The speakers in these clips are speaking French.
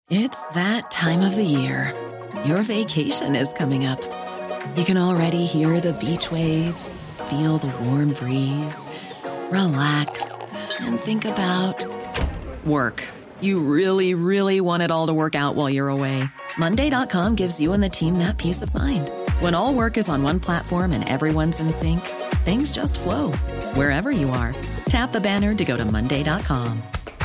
It's that time of the year. Your vacation is coming up. You can already hear the beach waves, feel the warm breeze, relax, and think about work. You really, really want it all to work out while you're away. Monday.com gives you and the team that peace of mind. When all work is on one platform and everyone's in sync, things just flow. Wherever you are, tap the banner to go to Monday.com.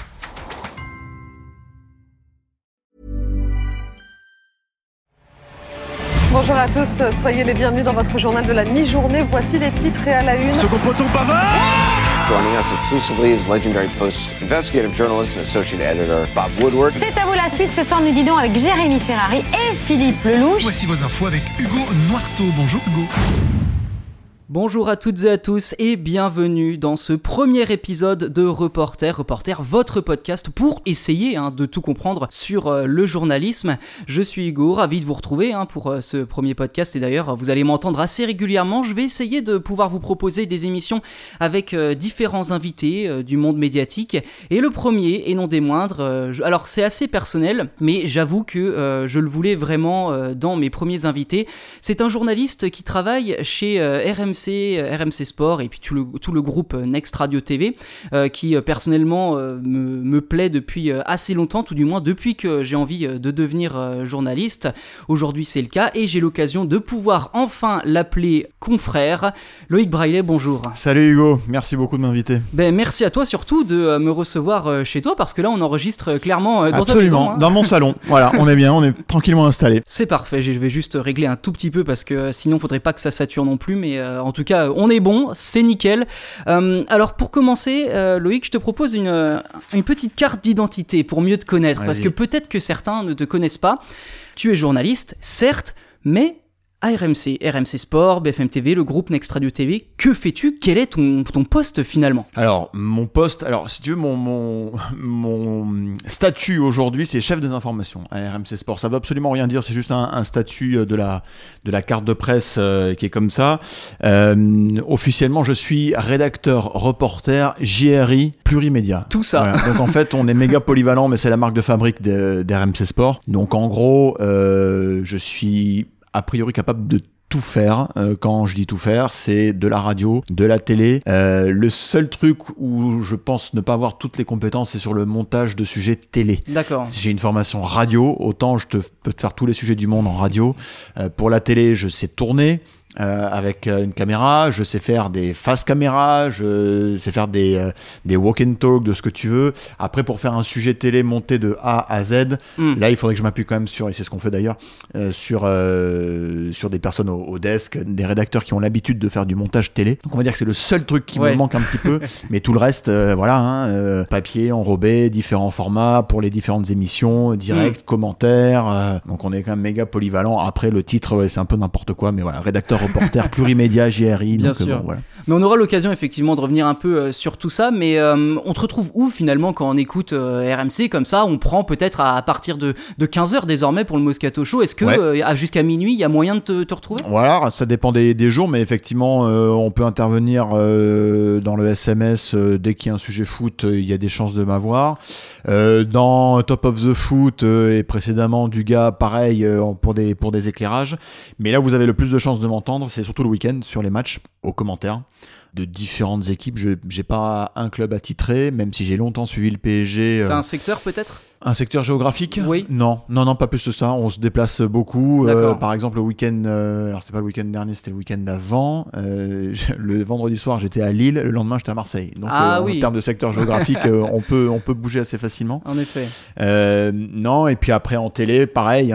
Bonjour à tous, soyez les bienvenus dans votre journal de la mi-journée. Voici les titres et à la une. Second poteau Pavard. Joining us exclusively is legendary Post investigative journalist and associate editor Bob Woodward. C'est à vous la suite, ce soir nous dînons avec Jérémy Ferrari et Philippe Lelouch. Voici vos infos avec Hugo Noirteau. Bonjour Hugo. Bonjour à toutes et à tous et bienvenue dans ce premier épisode de Reporter, votre podcast pour essayer de tout comprendre sur le journalisme. Je suis Hugo, ravi de vous retrouver pour ce premier podcast et d'ailleurs vous allez m'entendre assez régulièrement. Je vais essayer de pouvoir vous proposer des émissions avec différents invités du monde médiatique et le premier et non des moindres, alors c'est assez personnel mais j'avoue que je le voulais vraiment dans mes premiers invités. C'est un journaliste qui travaille chez RMC Sport et puis tout le groupe Next Radio TV qui personnellement me plaît depuis assez longtemps, tout du moins depuis que j'ai envie de devenir journaliste. Aujourd'hui c'est le cas et j'ai l'occasion de pouvoir enfin l'appeler confrère. Loïc Braillet, bonjour. Salut Hugo, merci beaucoup de m'inviter. Merci à toi surtout de me recevoir chez toi parce que là on enregistre clairement dans ta maison. Absolument, dans mon salon. Voilà, on est bien, on est tranquillement installé. C'est parfait, je vais juste régler un tout petit peu parce que sinon faudrait pas que ça sature non plus, mais en tout cas on est bon, c'est nickel. Alors pour commencer, Loïc, je te propose une petite carte d'identité pour mieux te connaître. Vas-y. Parce que peut-être que certains ne te connaissent pas. Tu es journaliste, certes, mais à RMC Sport, BFM TV, le groupe Next Radio TV, que fais-tu ? Quel est ton poste finalement ? Alors, mon poste, si tu veux, mon statut aujourd'hui, c'est chef des informations à RMC Sport. Ça veut absolument rien dire, c'est juste un statut de la carte de presse qui est comme ça. Officiellement, je suis rédacteur, reporter, JRI, plurimédia. Tout ça. Voilà. Donc en fait, on est méga polyvalent, mais c'est la marque de fabrique d'RMC Sport. Donc en gros, je suis a priori capable de tout faire. Quand je dis tout faire, c'est de la radio, de la télé. Le seul truc où je pense ne pas avoir toutes les compétences, c'est sur le montage de sujets télé. D'accord. Si j'ai une formation radio, autant je peux te faire tous les sujets du monde en radio. Pour la télé, je sais tourner. Avec une caméra, je sais faire des face caméra, je sais faire des walk and talk, de ce que tu veux. Après, pour faire un sujet télé monté de A à Z, là il faudrait que je m'appuie quand même sur, et c'est ce qu'on fait d'ailleurs, sur des personnes au desk, des rédacteurs qui ont l'habitude de faire du montage télé. Donc on va dire que c'est le seul truc qui me manque un petit peu, mais tout le reste, papier, enrobé, différents formats pour les différentes émissions, direct, commentaires. Donc on est quand même méga polyvalent. Après le titre, c'est un peu n'importe quoi, mais voilà, rédacteur, reporter, plurimédia, JRI. Bien donc, sûr. Bon, voilà. Mais on aura l'occasion effectivement de revenir un peu sur tout ça, mais on te retrouve où finalement quand on écoute RMC comme ça ? On prend peut-être à partir de 15h désormais pour le Moscato Show. Est-ce que jusqu'à minuit, il y a moyen de te retrouver ? Voilà, ça dépend des jours, mais effectivement, on peut intervenir dans le SMS dès qu'il y a un sujet foot, il y a des chances de m'avoir. Dans Top of the Foot et précédemment du gars, pareil, pour des éclairages. Mais là, vous avez le plus de chances de m'entendre, c'est surtout le week-end sur les matchs, aux commentaires de différentes équipes. J'ai pas un club attitré, même si j'ai longtemps suivi le PSG. T'as un secteur peut-être ? Un secteur géographique ? Oui. Non, pas plus que ça. On se déplace beaucoup. Par exemple, le week-end, alors c'est pas le week-end dernier, c'était le week-end d'avant. Le vendredi soir, j'étais à Lille. Le lendemain, j'étais à Marseille. Donc, en termes de secteur géographique, on peut bouger assez facilement. En effet. Non, et puis après en télé, pareil.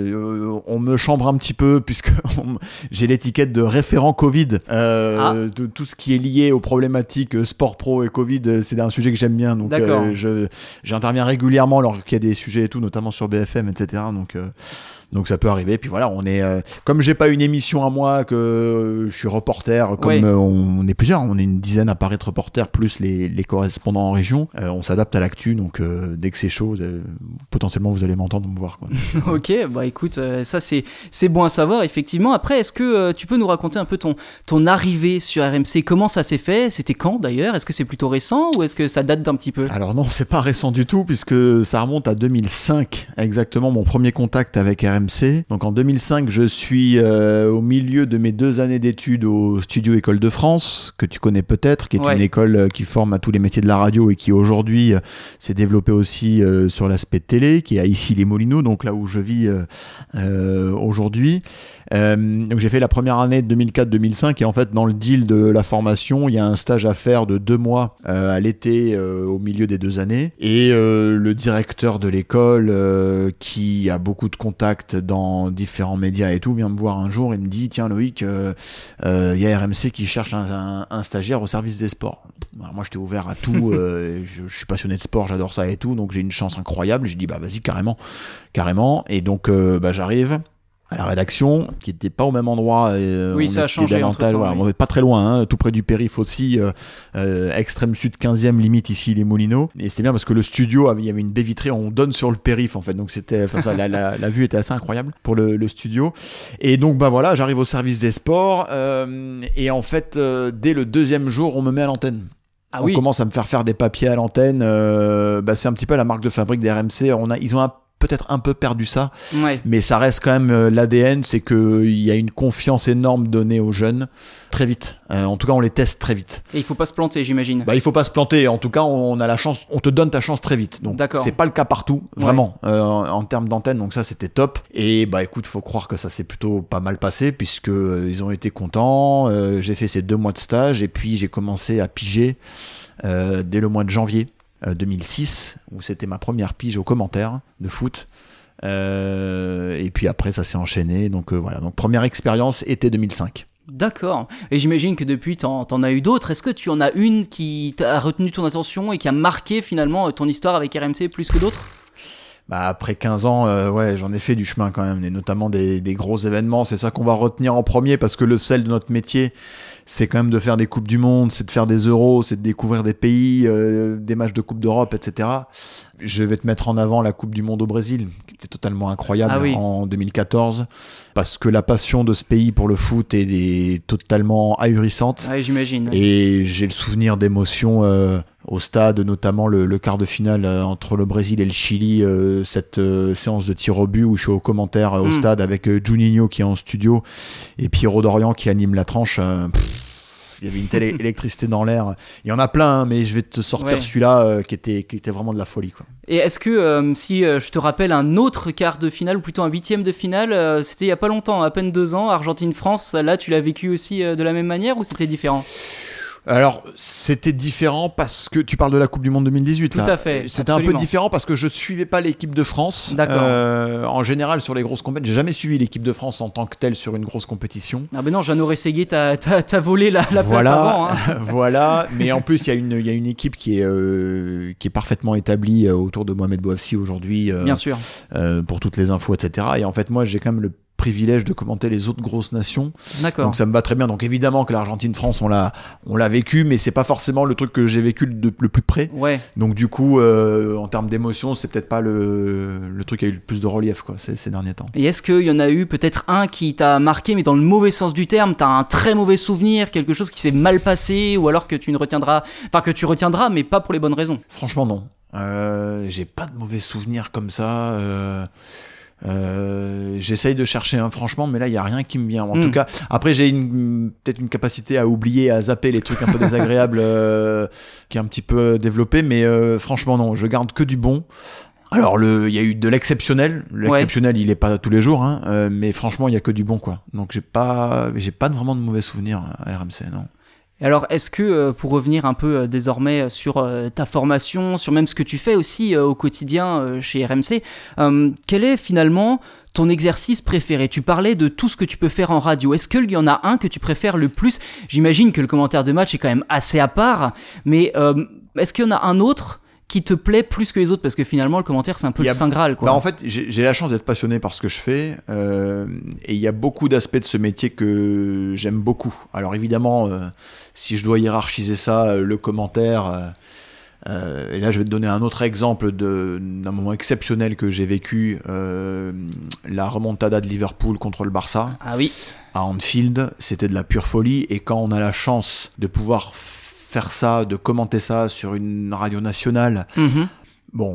On me chambre un petit peu puisque j'ai l'étiquette de référent Covid. Tout ce qui est lié aux problématiques sport pro et Covid, c'est un sujet que j'aime bien. Donc, j'interviens régulièrement qu'il y a des sujets et tout, notamment sur BFM, etc. Donc ça peut arriver. Puis voilà, on est comme j'ai pas une émission à moi, que je suis reporter, comme on est plusieurs, on est une dizaine à Paris de reporters plus les correspondants en région. On s'adapte à l'actu, donc dès que c'est chaud, potentiellement vous allez m'entendre me voir, quoi. Ok, bah écoute, ça c'est bon à savoir effectivement. Après, est-ce que tu peux nous raconter un peu ton arrivée sur RMC ? comment ça s'est fait? C'était quand d'ailleurs? Est-ce que c'est plutôt récent ou est-ce que ça date d'un petit peu? Alors non, c'est pas récent du tout puisque ça remonte à 2005, exactement mon premier contact avec RMC. Donc en 2005, je suis au milieu de mes 2 années d'études au Studio École de France, que tu connais peut-être, qui est une école qui forme à tous les métiers de la radio et qui aujourd'hui s'est développée aussi sur l'aspect télé, qui est à Issy-les-Moulineaux, donc là où je vis aujourd'hui. Donc j'ai fait la première année de 2004-2005 et en fait dans le deal de la formation il y a un stage à faire de 2 mois à l'été au milieu des 2 années et le directeur de l'école qui a beaucoup de contacts dans différents médias et tout vient me voir un jour et me dit tiens Loïc il y a RMC qui cherche un stagiaire au service des sports. Alors moi j'étais ouvert à tout, je suis passionné de sport, j'adore ça et tout, donc j'ai une chance incroyable, j'ai dit bah vas-y carrément et donc j'arrive à la rédaction, qui n'était pas au même endroit. Oui, ça a changé entre-temps. On n'est pas très loin, tout près du périph' aussi, extrême sud 15e, limite ici les Moulineaux. Et c'était bien parce que le studio, il y avait une baie vitrée, on donne sur le périph' en fait. Donc c'était, la vue était assez incroyable pour le studio. Et donc voilà, j'arrive au service des sports et en fait, dès le 2e jour, on me met à l'antenne. On commence à me faire des papiers à l'antenne. C'est un petit peu la marque de fabrique des RMC. Ils ont peut-être un peu perdu ça, mais ça reste quand même l'ADN, c'est qu'il y a une confiance énorme donnée aux jeunes très vite. En tout cas, on les teste très vite. Et il faut pas se planter, j'imagine. Il faut pas se planter. En tout cas, on a la chance, on te donne ta chance très vite. Donc, c'est pas le cas partout, vraiment, en termes d'antenne. Donc ça, c'était top. Et écoute, faut croire que ça s'est plutôt pas mal passé puisque ils ont été contents. J'ai fait ces 2 mois de stage et puis j'ai commencé à piger dès le mois de janvier 2006 où c'était ma première pige au commentaire de foot et puis après ça s'est enchaîné donc première expérience été 2005. D'accord. Et j'imagine que depuis t'en as eu d'autres. Est-ce que tu en as une qui t'a retenu ton attention et qui a marqué finalement ton histoire avec RMC plus que d'autres? Après 15 ans, j'en ai fait du chemin quand même, et notamment des gros événements. C'est ça qu'on va retenir en premier parce que le sel de notre métier, c'est quand même de faire des Coupes du Monde, c'est de faire des Euros, c'est de découvrir des pays, des matchs de Coupe d'Europe, etc. Je vais te mettre en avant la Coupe du Monde au Brésil, qui était totalement incroyable en 2014, parce que la passion de ce pays pour le foot est totalement ahurissante. Ouais, j'imagine. Et j'ai le souvenir d'émotions au stade, notamment le quart de finale entre le Brésil et le Chili, cette séance de tir au but où je suis au commentaire au stade avec Juninho qui est en studio et Pierrot Dorian qui anime la tranche. Il y avait une telle électricité dans l'air. Il y en a plein, mais je vais te sortir celui-là qui était vraiment de la folie, quoi. Et est-ce que, si je te rappelle un autre quart de finale, ou plutôt un 8e de finale, c'était il n'y a pas longtemps, à peine 2 ans, Argentine-France, là tu l'as vécu aussi de la même manière ou c'était différent ? Alors, c'était différent parce que tu parles de la Coupe du Monde 2018. Tout à fait. C'était absolument. Un peu différent parce que je suivais pas l'équipe de France. D'accord. En général, sur les grosses compétitions, j'ai jamais suivi l'équipe de France en tant que telle sur une grosse compétition. Ah ben non, Jeannot Rességuier, t'as volé la place avant. Hein. Voilà. Mais en plus, il y a une équipe qui est parfaitement établie autour de Mohamed Bouafsi aujourd'hui. Bien sûr. Pour toutes les infos, etc. Et en fait, moi, j'ai quand même le privilège de commenter les autres grosses nations. D'accord. Donc ça me va très bien. Donc évidemment que l'Argentine-France, on l'a vécu, mais c'est pas forcément le truc que j'ai vécu le plus près. Ouais. Donc du coup, en termes d'émotion, c'est peut-être pas le truc qui a eu le plus de relief, quoi, ces derniers temps. Et est-ce qu'il y en a eu peut-être un qui t'a marqué, mais dans le mauvais sens du terme, t'as un très mauvais souvenir, quelque chose qui s'est mal passé, ou alors que tu retiendras, mais pas pour les bonnes raisons? Franchement, non. J'ai pas de mauvais souvenirs comme ça. J'essaye de chercher franchement, mais là il y a rien qui me vient en tout cas. Après j'ai peut-être une capacité à oublier, à zapper les trucs un peu désagréables qui est un petit peu développée, mais franchement non, je garde que du bon. Alors il y a eu de l'exceptionnel, il est pas tous les jours, hein, mais franchement il y a que du bon, quoi. Donc j'ai pas vraiment de mauvais souvenirs à RMC, non. Alors, est-ce que, pour revenir un peu désormais sur ta formation, sur même ce que tu fais aussi au quotidien chez RMC, quel est finalement ton exercice préféré? Tu parlais de tout ce que tu peux faire en radio. Est-ce qu'il y en a un que tu préfères le plus? J'imagine que le commentaire de match est quand même assez à part, mais est-ce qu'il y en a un autre qui te plaît plus que les autres, parce que finalement le commentaire c'est un peu le Saint Graal, quoi. En fait j'ai la chance d'être passionné par ce que je fais et il y a beaucoup d'aspects de ce métier que j'aime beaucoup. Alors évidemment si je dois hiérarchiser ça, le commentaire Et là, je vais te donner un autre exemple d'un moment exceptionnel que j'ai vécu, la remontada de Liverpool contre le Barça. Ah oui. À Anfield, c'était de la pure folie. Et quand on a la chance de pouvoir faire ça, de commenter ça sur une radio nationale, bon,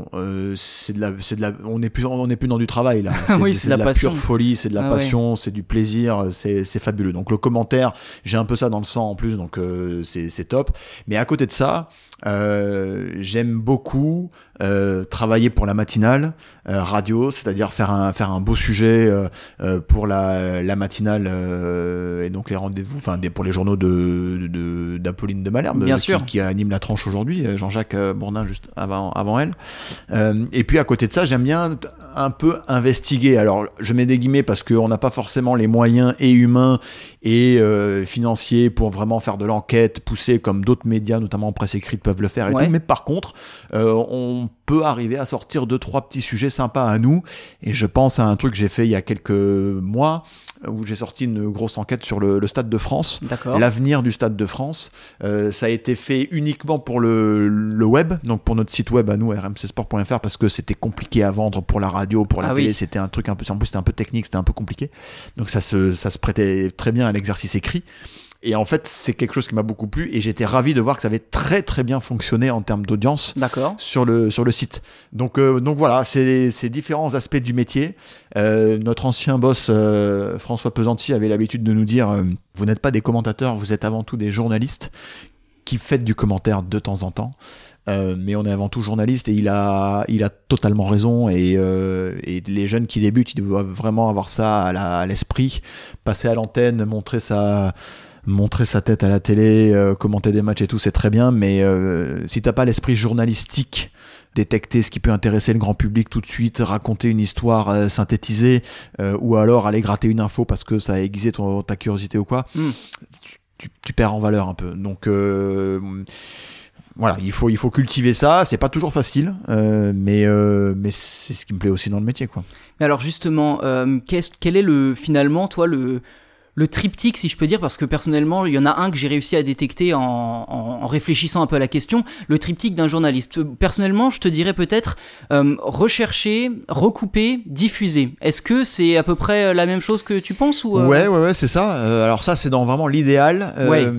on n'est plus dans du travail là. C'est de la pure folie, c'est de la passion, c'est du plaisir, c'est fabuleux. Donc le commentaire, j'ai un peu ça dans le sang en plus, donc c'est top. Mais à côté de ça, j'aime beaucoup travailler pour la matinale radio, c'est-à-dire faire un beau sujet pour la matinale et donc les rendez-vous, pour les journaux d'Apolline de Malherbe, qui anime la tranche aujourd'hui, Jean-Jacques Bourdin juste avant elle. Et puis à côté de ça, j'aime bien un peu investiguer. Alors je mets des guillemets parce qu'on n'a pas forcément les moyens et humains et financiers pour vraiment faire de l'enquête poussée comme d'autres médias, notamment en presse écrite, peuvent le faire et tout. Mais par contre, on peut arriver à sortir 2-3 petits sujets sympas à nous. Et je pense à un truc que j'ai fait il y a quelques mois où j'ai sorti une grosse enquête sur le Stade de France, l'avenir du Stade de France. Ça a été fait uniquement pour le web, donc pour notre site web à nous, rmcsport.fr, parce que c'était compliqué à vendre pour la radio, pour la télé, c'était un truc un peu, en plus c'était un peu technique, c'était un peu compliqué. Donc ça se prêtait très bien à l'exercice écrit. Et en fait, c'est quelque chose qui m'a beaucoup plu et j'étais ravi de voir que ça avait très très bien fonctionné en termes d'audience sur le site. Donc voilà, c'est ces différents aspects du métier. Notre ancien boss François Pesanti avait l'habitude de nous dire vous n'êtes pas des commentateurs, vous êtes avant tout des journalistes qui faites du commentaire de temps en temps. Mais on est avant tout journaliste et il a totalement raison et les jeunes qui débutent, ils doivent vraiment avoir ça à l'esprit, passer à l'antenne, montrer sa tête à la télé, commenter des matchs et tout, c'est très bien, mais si t'as pas l'esprit journalistique, détecter ce qui peut intéresser le grand public tout de suite, raconter une histoire synthétisée, ou alors aller gratter une info parce que ça a aiguisé ta curiosité ou quoi, tu perds en valeur un peu. Donc voilà, il faut cultiver ça, c'est pas toujours facile, mais c'est ce qui me plaît aussi dans le métier, quoi. Mais alors justement, quel est finalement toi le triptyque, si je peux dire, parce que personnellement, il y en a un que j'ai réussi à détecter en réfléchissant un peu à la question, le triptyque d'un journaliste. Personnellement, je te dirais peut-être rechercher, recouper, diffuser. Est-ce que c'est à peu près la même chose que tu penses ou Ouais, c'est ça. Alors ça, c'est dans vraiment l'idéal.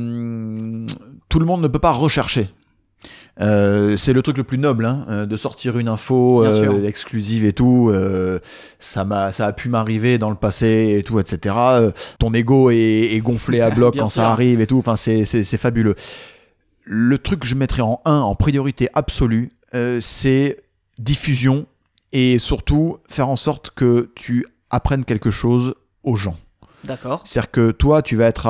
Tout le monde ne peut pas rechercher. C'est le truc le plus noble, de sortir une info exclusive et tout. Ça a pu m'arriver dans le passé et tout, etc. Ton ego est gonflé à bloc quand ça arrive et tout. Enfin, c'est fabuleux. Le truc que je mettrais en priorité absolue, c'est diffusion et surtout faire en sorte que tu apprennes quelque chose aux gens. D'accord. C'est-à-dire que toi, tu vas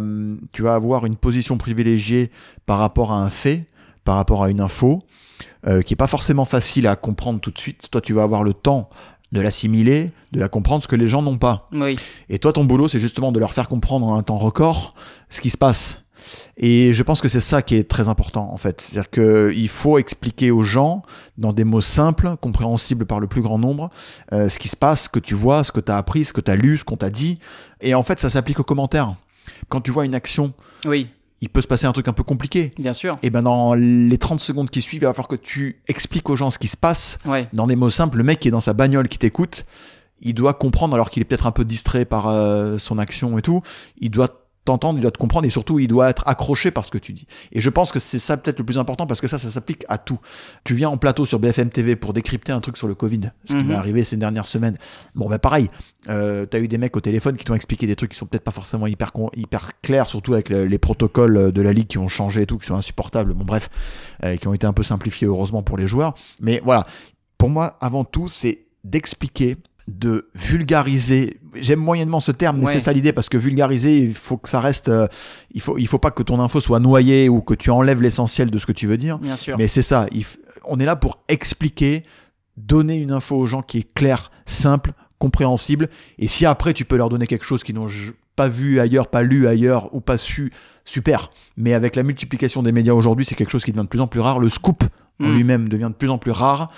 avoir une position privilégiée par rapport à un fait, par rapport à une info qui est pas forcément facile à comprendre tout de suite. Toi, tu vas avoir le temps de l'assimiler, de la comprendre, ce que les gens n'ont pas. Oui. Et toi, ton boulot, c'est justement de leur faire comprendre en un temps record ce qui se passe. Et je pense que c'est ça qui est très important, en fait. C'est-à-dire qu'il faut expliquer aux gens, dans des mots simples, compréhensibles par le plus grand nombre, ce qui se passe, ce que tu vois, ce que tu as appris, ce que tu as lu, ce qu'on t'a dit. Et en fait, ça s'applique aux commentaires. Quand tu vois une action... Oui. Il peut se passer un truc un peu compliqué. Bien sûr. Et ben dans les 30 secondes qui suivent, il va falloir que tu expliques aux gens ce qui se passe. Dans des mots simples, le mec qui est dans sa bagnole qui t'écoute, il doit comprendre, alors qu'il est peut-être un peu distrait par son action et tout, il doit t'entendre, il doit te comprendre et surtout il doit être accroché par ce que tu dis. Et je pense que c'est ça peut-être le plus important parce que ça s'applique à tout. Tu viens en plateau sur BFM TV pour décrypter un truc sur le Covid, ce qui m'est arrivé ces dernières semaines. Bon pareil, t'as eu des mecs au téléphone qui t'ont expliqué des trucs qui sont peut-être pas forcément hyper clairs, surtout avec les protocoles de la Ligue qui ont changé et tout, qui sont insupportables, qui ont été un peu simplifiés heureusement pour les joueurs. Mais voilà, pour moi avant tout c'est d'expliquer, de vulgariser. J'aime moyennement ce terme, mais c'est ça l'idée, parce que vulgariser, il faut que ça reste... il faut pas que ton info soit noyée ou que tu enlèves l'essentiel de ce que tu veux dire. Bien sûr. Mais c'est ça. On est là pour expliquer, donner une info aux gens qui est claire, simple, compréhensible. Et si après, tu peux leur donner quelque chose qu'ils n'ont pas vu ailleurs, pas lu ailleurs ou pas su, super. Mais avec la multiplication des médias aujourd'hui, c'est quelque chose qui devient de plus en plus rare. Le scoop en lui-même devient de plus en plus rare.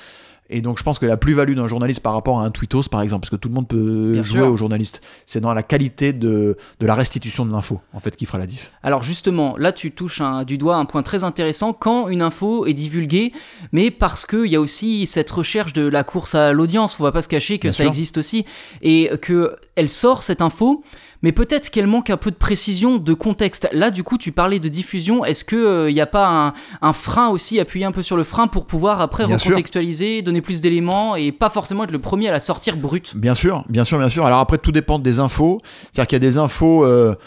Et donc je pense que la plus-value d'un journaliste par rapport à un tweetos par exemple, parce que tout le monde peut Bien jouer sûr. au journaliste, c'est dans la qualité de la restitution de l'info en fait qui fera la diff. Alors justement, là tu touches du doigt un point très intéressant, quand une info est divulguée, mais parce qu'il y a aussi cette recherche de la course à l'audience, on va pas se cacher que Bien ça sûr. existe aussi, et qu'elle sort cette info, mais peut-être qu'elle manque un peu de précision, de contexte. Là du coup tu parlais de diffusion, est-ce qu'il n'y a pas un frein aussi, appuyer un peu sur le frein pour pouvoir après Bien sûr. recontextualiser, donner plus d'éléments, et pas forcément être le premier à la sortir brute? Bien sûr. Alors après tout dépend des infos, c'est-à-dire qu'il y a des infos...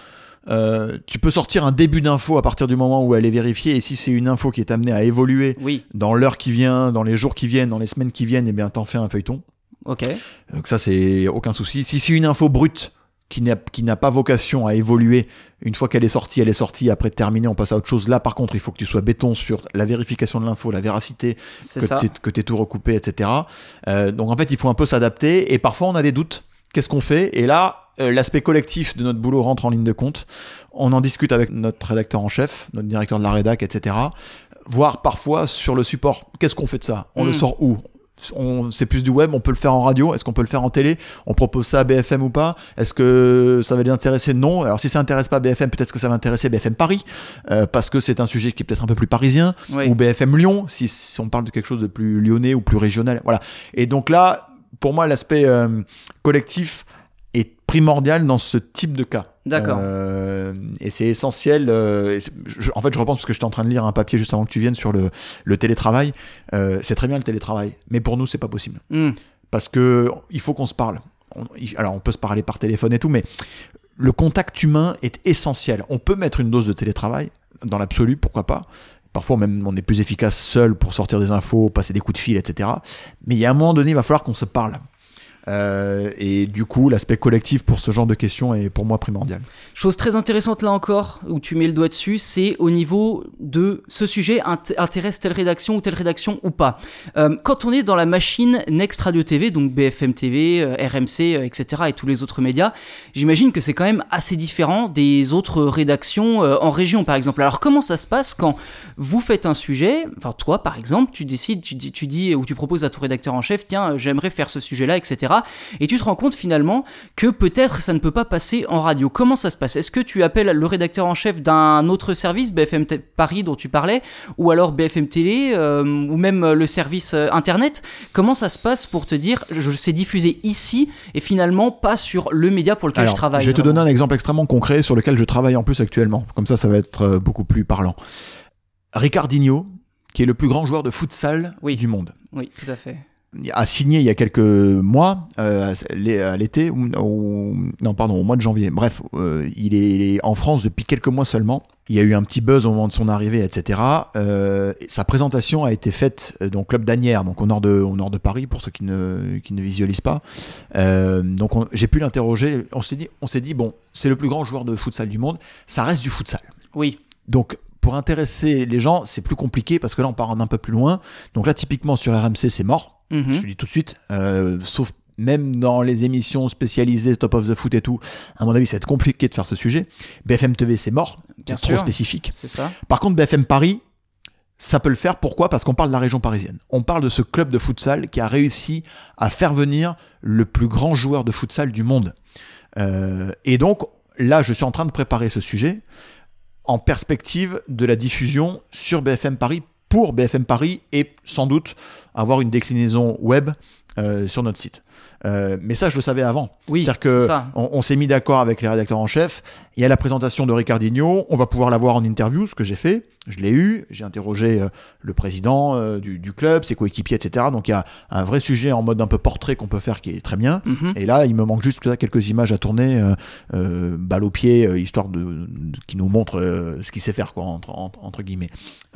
tu peux sortir un début d'info à partir du moment où elle est vérifiée, et si c'est une info qui est amenée à évoluer Oui, dans l'heure qui vient, dans les jours qui viennent, dans les semaines qui viennent, eh bien t'en fais un feuilleton. ok. Donc ça c'est aucun souci. Si c'est une info brute qui n'a pas vocation à évoluer, une fois qu'elle est sortie, après terminé, on passe à autre chose. Là par contre il faut que tu sois béton sur la vérification de l'info, la véracité, C'est ça. que t'aies tout recoupé, etc. Donc en fait il faut un peu s'adapter, et parfois on a des doutes. Qu'est-ce qu'on fait? Et là, l'aspect collectif de notre boulot rentre en ligne de compte. On en discute avec notre rédacteur en chef, notre directeur de la rédac, etc. Voire parfois sur le support. Qu'est-ce qu'on fait de ça? On le sort où? C'est plus du web, on peut le faire en radio, est-ce qu'on peut le faire en télé? On propose ça à BFM ou pas? Est-ce que ça va les intéresser? Non. Alors si ça intéresse pas BFM, peut-être que ça va intéresser BFM Paris, parce que c'est un sujet qui est peut-être un peu plus parisien, Oui. ou BFM Lyon, si on parle de quelque chose de plus lyonnais ou plus régional. Voilà. Et donc là, pour moi, l'aspect collectif est primordial dans ce type de cas. D'accord. Et c'est essentiel. En fait, je repense parce que j'étais en train de lire un papier juste avant que tu viennes sur le télétravail. C'est très bien le télétravail, mais pour nous, c'est pas possible. Parce que il faut qu'on se parle. Alors, on peut se parler par téléphone et tout, mais le contact humain est essentiel. On peut mettre une dose de télétravail, dans l'absolu, pourquoi pas. Parfois, même, on est plus efficace seul pour sortir des infos, passer des coups de fil, etc. Mais il y a un moment donné, il va falloir qu'on se parle. Et du coup, l'aspect collectif pour ce genre de questions est pour moi primordial. Chose très intéressante là encore, où tu mets le doigt dessus, c'est au niveau de ce sujet intéresse telle rédaction ou pas. Quand on est dans la machine Next Radio TV, donc BFM TV, RMC, etc. et tous les autres médias, j'imagine que c'est quand même assez différent des autres rédactions en région par exemple. Alors comment ça se passe quand vous faites un sujet, enfin toi par exemple, tu décides, tu dis ou tu proposes à ton rédacteur en chef, tiens j'aimerais faire ce sujet-là, etc. Et tu te rends compte finalement que peut-être ça ne peut pas passer en radio. Comment ça se passe? Est-ce que tu appelles le rédacteur en chef d'un autre service, BFM Paris dont tu parlais, ou alors BFM Télé, ou même le service internet? Comment ça se passe pour te dire je sais diffuser ici et finalement pas sur le média pour lequel je travaille? Je vais te donner un exemple extrêmement concret sur lequel je travaille en plus actuellement. Comme ça va être beaucoup plus parlant. Ricardinho, qui est le plus grand joueur de futsal du monde. Oui, tout à fait. A signé il y a quelques mois, à l'été, au mois de janvier. Bref, il est en France depuis quelques mois seulement. Il y a eu un petit buzz au moment de son arrivée, etc. Sa présentation a été faite au club d'Asnières, donc au nord de Paris, pour ceux qui ne visualisent pas. Donc j'ai pu l'interroger. On s'est dit, bon, c'est le plus grand joueur de futsal du monde, ça reste du futsal. Oui. Donc pour intéresser les gens, c'est plus compliqué parce que là on part un peu plus loin. Donc là typiquement sur RMC c'est mort. Je te dis tout de suite, sauf même dans les émissions spécialisées Top of the Foot et tout, à mon avis ça va être compliqué de faire ce sujet. BFM TV c'est mort, c'est trop spécifique. C'est ça. Par contre BFM Paris, ça peut le faire. Pourquoi? Parce qu'on parle de la région parisienne. On parle de ce club de futsal qui a réussi à faire venir le plus grand joueur de futsal du monde. Et donc là je suis en train de préparer ce sujet en perspective de la diffusion sur BFM Paris, pour BFM Paris, et sans doute avoir une déclinaison web sur notre site. Mais ça, je le savais avant. Oui, c'est-à-dire que on s'est mis d'accord avec les rédacteurs en chef. Il y a la présentation de Ricardinho. On va pouvoir l'avoir en interview, ce que j'ai fait. Je l'ai eu. J'ai interrogé le président du club, ses coéquipiers, etc. Donc il y a un vrai sujet en mode un peu portrait qu'on peut faire qui est très bien. Et là, il me manque juste quelques images à tourner, balle au pied, histoire qui nous montre ce qu'il sait faire, quoi, entre guillemets.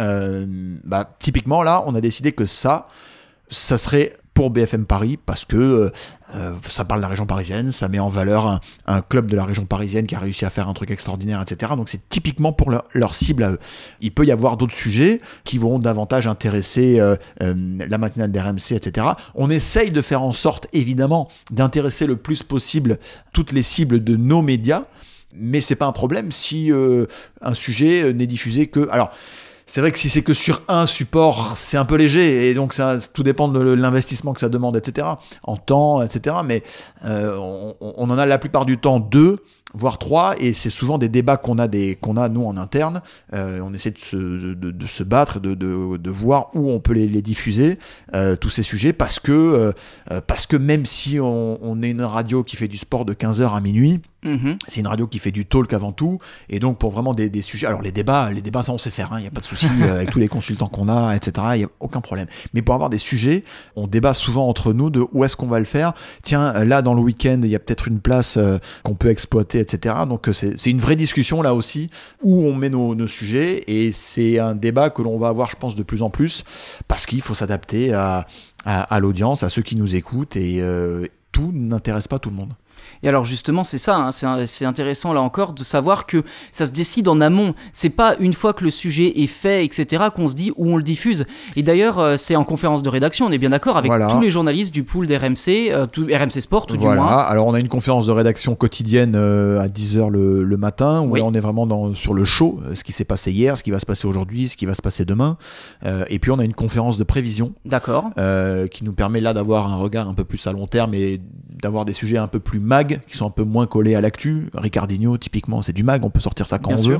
Typiquement, là, on a décidé que ça serait pour BFM Paris, parce que ça parle de la région parisienne, ça met en valeur un club de la région parisienne qui a réussi à faire un truc extraordinaire, etc. Donc c'est typiquement pour leur cible à eux. Il peut y avoir d'autres sujets qui vont davantage intéresser la matinale d'RMC, etc. On essaye de faire en sorte, évidemment, d'intéresser le plus possible toutes les cibles de nos médias, mais c'est pas un problème si un sujet n'est diffusé que... Alors, c'est vrai que si c'est que sur un support, c'est un peu léger, et donc ça, tout dépend de l'investissement que ça demande, etc. En temps, etc. Mais on en a la plupart du temps 2, voire 3, et c'est souvent des débats qu'on a nous en interne. On essaie de se battre, de voir où on peut les diffuser, tous ces sujets, parce que même si on est une radio qui fait du sport de 15h à minuit, c'est une radio qui fait du talk avant tout, et donc pour vraiment des sujets, alors les débats ça on sait faire, il n'y a pas de souci, avec tous les consultants qu'on a, etc., il n'y a aucun problème. Mais pour avoir des sujets, on débat souvent entre nous de où est-ce qu'on va le faire. Tiens, là dans le week-end, il y a peut-être une place qu'on peut exploiter, etc. Donc c'est une vraie discussion là aussi, où on met nos sujets, et c'est un débat que l'on va avoir, je pense, de plus en plus, parce qu'il faut s'adapter à l'audience, à ceux qui nous écoutent, et tout n'intéresse pas tout le monde. Et alors justement, c'est ça, hein, c'est intéressant là encore de savoir que ça se décide en amont. C'est pas une fois que le sujet est fait, etc., qu'on se dit où on le diffuse. Et d'ailleurs, c'est en conférence de rédaction, on est bien d'accord, avec tous les journalistes du pool d'RMC, RMC Sport, tout du moins. Alors on a une conférence de rédaction quotidienne à 10h le matin, où là on est vraiment sur le show, ce qui s'est passé hier, ce qui va se passer aujourd'hui, ce qui va se passer demain. Et puis on a une conférence de prévision. D'accord. Qui nous permet là d'avoir un regard un peu plus à long terme, et d'avoir des sujets un peu plus mag, qui sont un peu moins collés à l'actu. Ricardinho, typiquement, c'est du mag, on peut sortir ça quand on veut.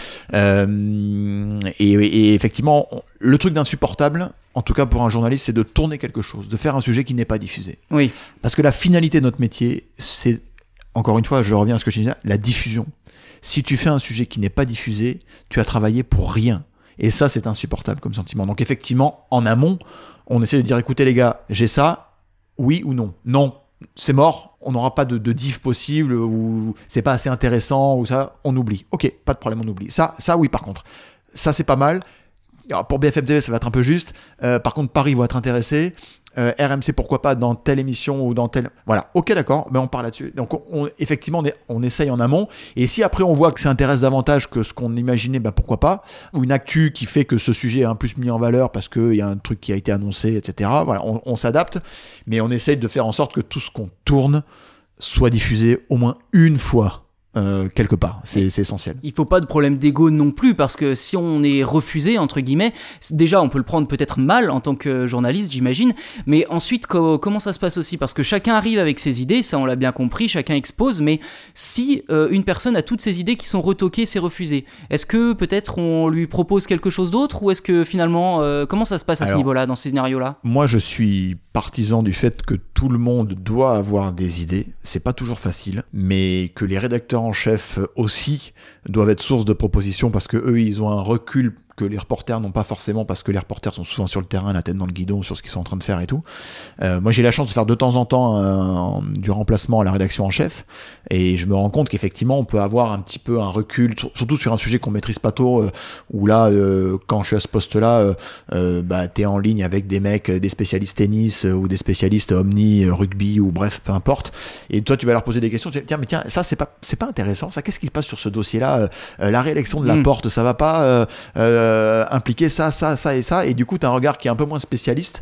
Et effectivement, le truc d'insupportable, en tout cas pour un journaliste, c'est de tourner quelque chose, de faire un sujet qui n'est pas diffusé. Oui. Parce que la finalité de notre métier, c'est, encore une fois, je reviens à ce que je disais, la diffusion. Si tu fais un sujet qui n'est pas diffusé, tu as travaillé pour rien. Et ça, c'est insupportable comme sentiment. Donc effectivement, en amont, on essaie de dire, écoutez les gars, j'ai ça, oui ou non ? Non. C'est mort, on n'aura pas de diff possible, ou c'est pas assez intéressant, ou ça, on oublie. Ok, pas de problème, on oublie. Ça oui, par contre. Ça, c'est pas mal. Alors, pour BFM TV, ça va être un peu juste. Par contre, Paris vont être intéressés. RMC, pourquoi pas dans telle émission ou dans telle... Voilà, ok, d'accord, mais on parle là-dessus. Donc, effectivement, on essaye en amont. Et si après, on voit que ça intéresse davantage que ce qu'on imaginait, pourquoi pas. Ou une actu qui fait que ce sujet est un plus mis en valeur parce qu'il y a un truc qui a été annoncé, etc. Voilà, on s'adapte. Mais on essaye de faire en sorte que tout ce qu'on tourne soit diffusé au moins une fois. Quelque part, c'est essentiel. Il faut pas de problème d'ego non plus, parce que si on est refusé, entre guillemets, déjà on peut le prendre peut-être mal en tant que journaliste, j'imagine, mais ensuite comment ça se passe aussi, parce que chacun arrive avec ses idées, ça on l'a bien compris, chacun expose, mais si une personne a toutes ses idées qui sont retoquées, c'est refusé, est-ce que peut-être on lui propose quelque chose d'autre, ou est-ce que finalement, comment ça se passe à ce niveau-là, dans ces scénarios-là ? Moi je suis partisan du fait que tout le monde doit avoir des idées, c'est pas toujours facile, mais que les rédacteurs en chef aussi doivent être source de propositions, parce que eux ils ont un recul que les reporters n'ont pas forcément, parce que les reporters sont souvent sur le terrain, la tête dans le guidon, sur ce qu'ils sont en train de faire et tout. Moi j'ai la chance de faire de temps en temps du remplacement à la rédaction en chef, et je me rends compte qu'effectivement on peut avoir un petit peu un recul, surtout sur un sujet qu'on maîtrise pas trop, où là quand je suis à ce poste là, t'es en ligne avec des mecs, des spécialistes tennis ou des spécialistes omni, rugby, ou bref, peu importe, et toi tu vas leur poser des questions, tu dis, tiens ça c'est pas intéressant, ça, qu'est-ce qui se passe sur ce dossier là, la réélection de Laporte, ça va pas impliquer ça et ça, et du coup t'as un regard qui est un peu moins spécialiste,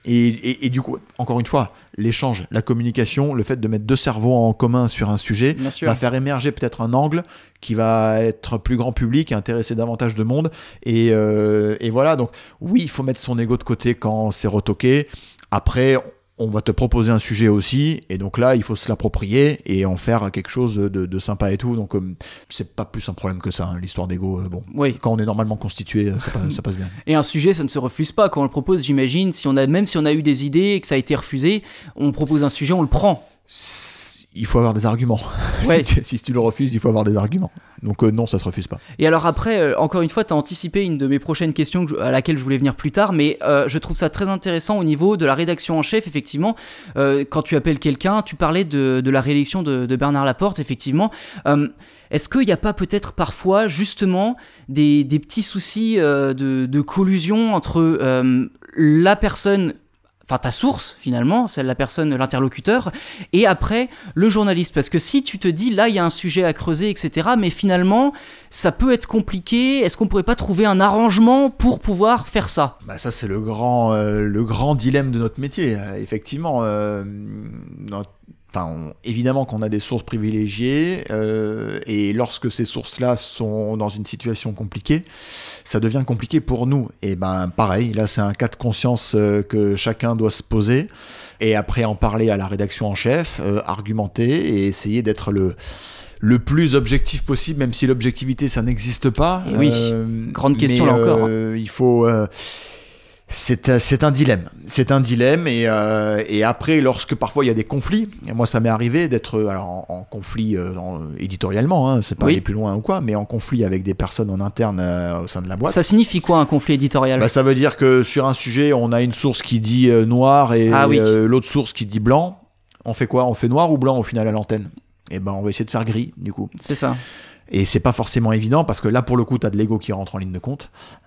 et du coup, encore une fois, l'échange, la communication, le fait de mettre deux cerveaux en commun sur un sujet va faire émerger peut-être un angle qui va être plus grand public et intéresser davantage de monde, et voilà. Donc oui, il faut mettre son ego de côté quand c'est retoqué. Après, on va te proposer un sujet aussi, et donc là il faut se l'approprier et en faire quelque chose de sympa et tout. Donc c'est pas plus un problème que ça, hein, l'histoire d'ego. Quand on est normalement constitué, ça passe bien. Et un sujet, ça ne se refuse pas quand on le propose, j'imagine. Même si on a eu des idées et que ça a été refusé, on propose un sujet, on le prend. Il faut avoir des arguments. Ouais. si tu le refuses, il faut avoir des arguments. Donc non, ça se refuse pas. Et alors après, encore une fois, tu as anticipé une de mes prochaines questions à laquelle je voulais venir plus tard, mais je trouve ça très intéressant au niveau de la rédaction en chef, effectivement. Quand tu appelles quelqu'un, tu parlais de la réélection de Bernard Laporte, effectivement. Est-ce qu'il n'y a pas peut-être parfois justement des petits soucis de collusion entre la personne... Enfin, ta source, finalement, celle de la personne, l'interlocuteur, et après, le journaliste. Parce que si tu te dis, là, il y a un sujet à creuser, etc., mais finalement, ça peut être compliqué, est-ce qu'on pourrait pas trouver un arrangement pour pouvoir faire ça ? Ça, c'est le grand dilemme de notre métier, effectivement. évidemment qu'on a des sources privilégiées, et lorsque ces sources-là sont dans une situation compliquée, ça devient compliqué pour nous. Et pareil, là c'est un cas de conscience que chacun doit se poser, et après en parler à la rédaction en chef, argumenter et essayer d'être le plus objectif possible, même si l'objectivité ça n'existe pas. Et oui, grande question là encore. Il faut... C'est un dilemme. C'est un dilemme et après, lorsque parfois il y a des conflits, et moi ça m'est arrivé d'être en conflit éditorialement, c'est pas aller plus loin ou quoi, mais en conflit avec des personnes en interne au sein de la boîte. Ça signifie quoi un conflit éditorial ? Ça veut dire que sur un sujet, on a une source qui dit noir et l'autre source qui dit blanc. On fait quoi ? On fait noir ou blanc au final à l'antenne ? Et on va essayer de faire gris du coup. C'est ça. Et c'est pas forcément évident parce que là, pour le coup, t'as de l'ego qui rentre en ligne de compte.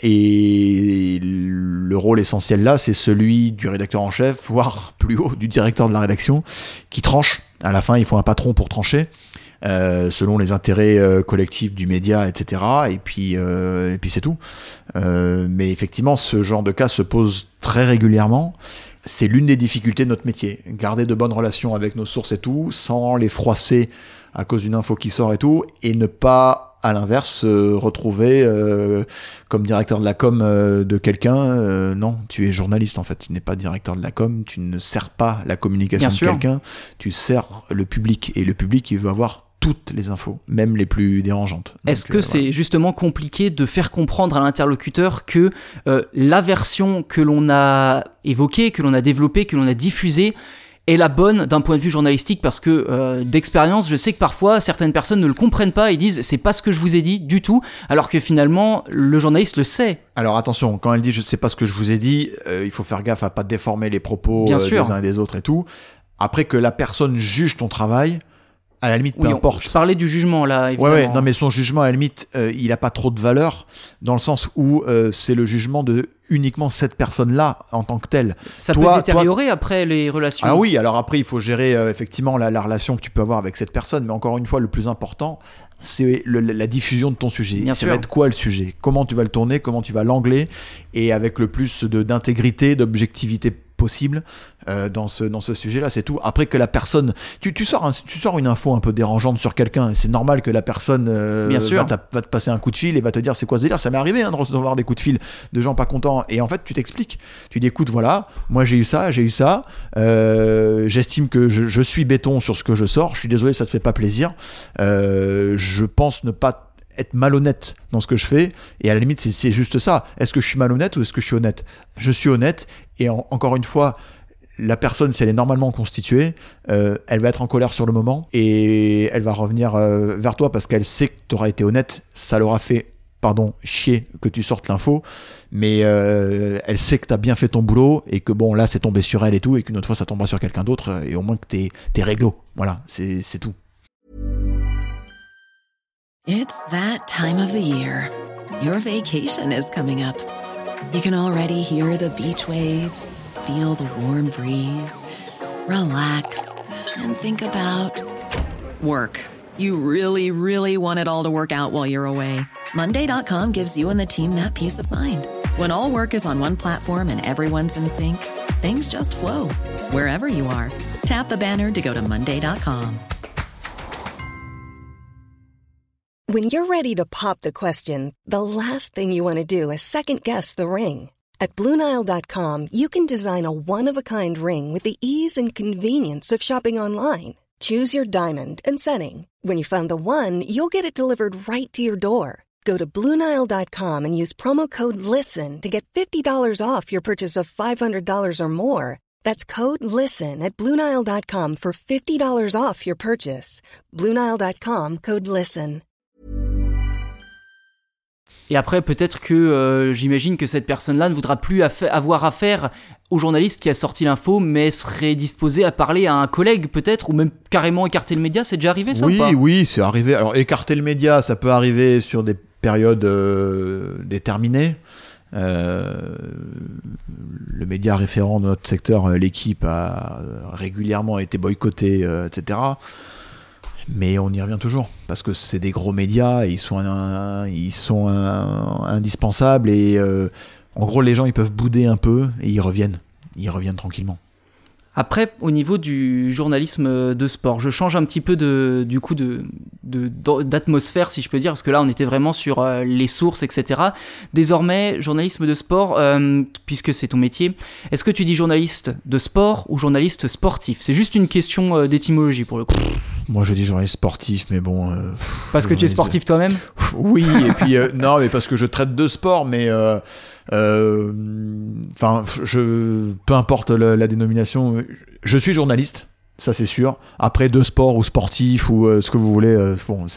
Et le rôle essentiel là, c'est celui du rédacteur en chef, voire plus haut, du directeur de la rédaction, qui tranche. À la fin, il faut un patron pour trancher, selon les intérêts collectifs du média, etc. Et puis c'est tout. Mais effectivement, ce genre de cas se pose très régulièrement. C'est l'une des difficultés de notre métier. Garder de bonnes relations avec nos sources et tout, sans les froisser à cause d'une info qui sort et tout, et ne pas, à l'inverse, retrouver comme directeur de la com de quelqu'un. Non, tu es journaliste en fait, tu n'es pas directeur de la com, tu ne sers pas la communication de quelqu'un, tu sers le public, et le public il veut avoir toutes les infos, même les plus dérangeantes. Est-ce que c'est justement compliqué de faire comprendre à l'interlocuteur que la version que l'on a évoquée, que l'on a développée, que l'on a diffusée est la bonne d'un point de vue journalistique, parce que d'expérience, je sais que parfois certaines personnes ne le comprennent pas et disent c'est pas ce que je vous ai dit du tout, alors que finalement le journaliste le sait. Alors attention, quand elle dit je sais pas ce que je vous ai dit, il faut faire gaffe à pas déformer les propos des uns et des autres et tout. Après que la personne juge ton travail, à la limite, peu importe. Je parlais du jugement là, évidemment. Ouais, non, mais son jugement, à la limite, il a pas trop de valeur, dans le sens où c'est le jugement de uniquement cette personne-là en tant que telle. Ça peut détériorer après les relations. Ah oui, alors après, il faut gérer effectivement la relation que tu peux avoir avec cette personne, mais encore une fois, le plus important, c'est la diffusion de ton sujet. Ça va être quoi le sujet ? Comment tu vas le tourner ? Comment tu vas l'angler ? Et avec le plus d'intégrité, d'objectivité possible dans ce sujet-là, c'est tout. Après que la personne, tu sors une info un peu dérangeante sur quelqu'un, et c'est normal que la personne va te passer un coup de fil et va te dire c'est quoi ce délire. Ça m'est arrivé de recevoir des coups de fil de gens pas contents, et en fait tu t'expliques, tu dis écoute, voilà, moi j'ai eu ça, j'estime que je suis béton sur ce que je sors, je suis désolé, ça te fait pas plaisir, je pense ne pas être malhonnête dans ce que je fais, et à la limite c'est juste ça. Est-ce que je suis malhonnête ou est-ce que je suis honnête ? Je suis honnête, et encore une fois, la personne, si elle est normalement constituée, elle va être en colère sur le moment, et elle va revenir vers toi parce qu'elle sait que tu auras été honnête. Ça l'aura fait chier que tu sortes l'info, mais elle sait que tu as bien fait ton boulot, et que bon, là c'est tombé sur elle et tout, et qu'une autre fois ça tombera sur quelqu'un d'autre, et au moins que t'es réglo. Voilà, c'est tout. It's that time of the year. Your vacation is coming up. You can already hear the beach waves, feel the warm breeze, relax, and think about work. You really, really want it all to work out while you're away. Monday.com gives you and the team that peace of mind. When all work is on one platform and everyone's in sync, things just flow. Wherever you are, tap the banner to go to Monday.com. When you're ready to pop the question, the last thing you want to do is second-guess the ring. At BlueNile.com, you can design a one-of-a-kind ring with the ease and convenience of shopping online. Choose your diamond and setting. When you find the one, you'll get it delivered right to your door. Go to BlueNile.com and use promo code LISTEN to get $50 off your purchase of $500 or more. That's code LISTEN at BlueNile.com for $50 off your purchase. BlueNile.com, code LISTEN. Et après, peut-être que j'imagine que cette personne-là ne voudra plus avoir affaire au journaliste qui a sorti l'info, mais serait disposé à parler à un collègue peut-être, ou même carrément écarter le média. C'est déjà arrivé ça ou pas ? Oui, c'est arrivé. Alors écarter le média, ça peut arriver sur des périodes déterminées. Le média référent de notre secteur, l'équipe, a régulièrement été boycotté, etc. Mais on y revient toujours, parce que c'est des gros médias, et ils sont indispensables, et en gros les gens ils peuvent bouder un peu et ils reviennent tranquillement. Après, au niveau du journalisme de sport, je change un petit peu d'atmosphère, si je peux dire, parce que là, on était vraiment sur les sources, etc. Désormais, journalisme de sport, puisque c'est ton métier, est-ce que tu dis journaliste de sport ou journaliste sportif ? C'est juste une question d'étymologie, pour le coup. Moi, je dis journaliste sportif, mais bon... parce que tu es sportif toi-même ? Oui, et puis... non, mais parce que je traite de sport, mais... peu importe la dénomination, je suis journaliste, ça c'est sûr. Après, de sport ou sportif ou ce que vous voulez,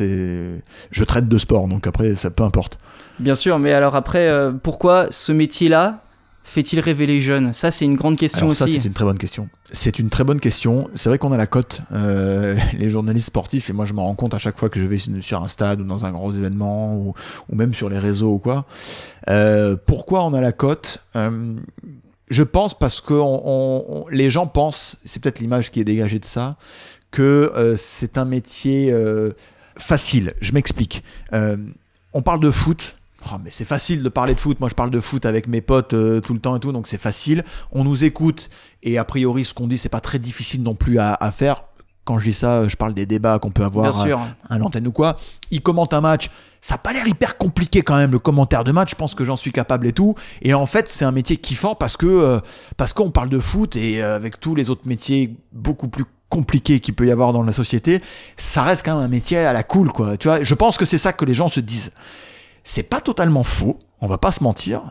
je traite de sport, donc après, ça peu importe. Bien sûr, mais alors après, pourquoi ce métier-là fait-il rêver les jeunes ? Ça, c'est une grande question aussi. Ça, c'est une très bonne question. C'est une très bonne question. C'est vrai qu'on a la cote, les journalistes sportifs, et moi, je m'en rends compte à chaque fois que je vais sur un stade ou dans un gros événement ou même sur les réseaux ou quoi. Pourquoi on a la cote ? Je pense parce que les gens pensent, c'est peut-être l'image qui est dégagée de ça, que c'est un métier facile. Je m'explique. On parle de foot. Oh, mais c'est facile de parler de foot. Moi, je parle de foot avec mes potes tout le temps et tout, donc c'est facile. On nous écoute et a priori, ce qu'on dit, c'est pas très difficile non plus à faire. Quand je dis ça, je parle des débats qu'on peut avoir à l'antenne ou quoi. Ils commentent un match. Ça n'a pas l'air hyper compliqué quand même, le commentaire de match. Je pense que j'en suis capable et tout. Et en fait, c'est un métier kiffant parce qu'on parle de foot et avec tous les autres métiers beaucoup plus compliqués qu'il peut y avoir dans la société, ça reste quand même un métier à la cool, quoi. Tu vois, je pense que c'est ça que les gens se disent. C'est pas totalement faux, on va pas se mentir.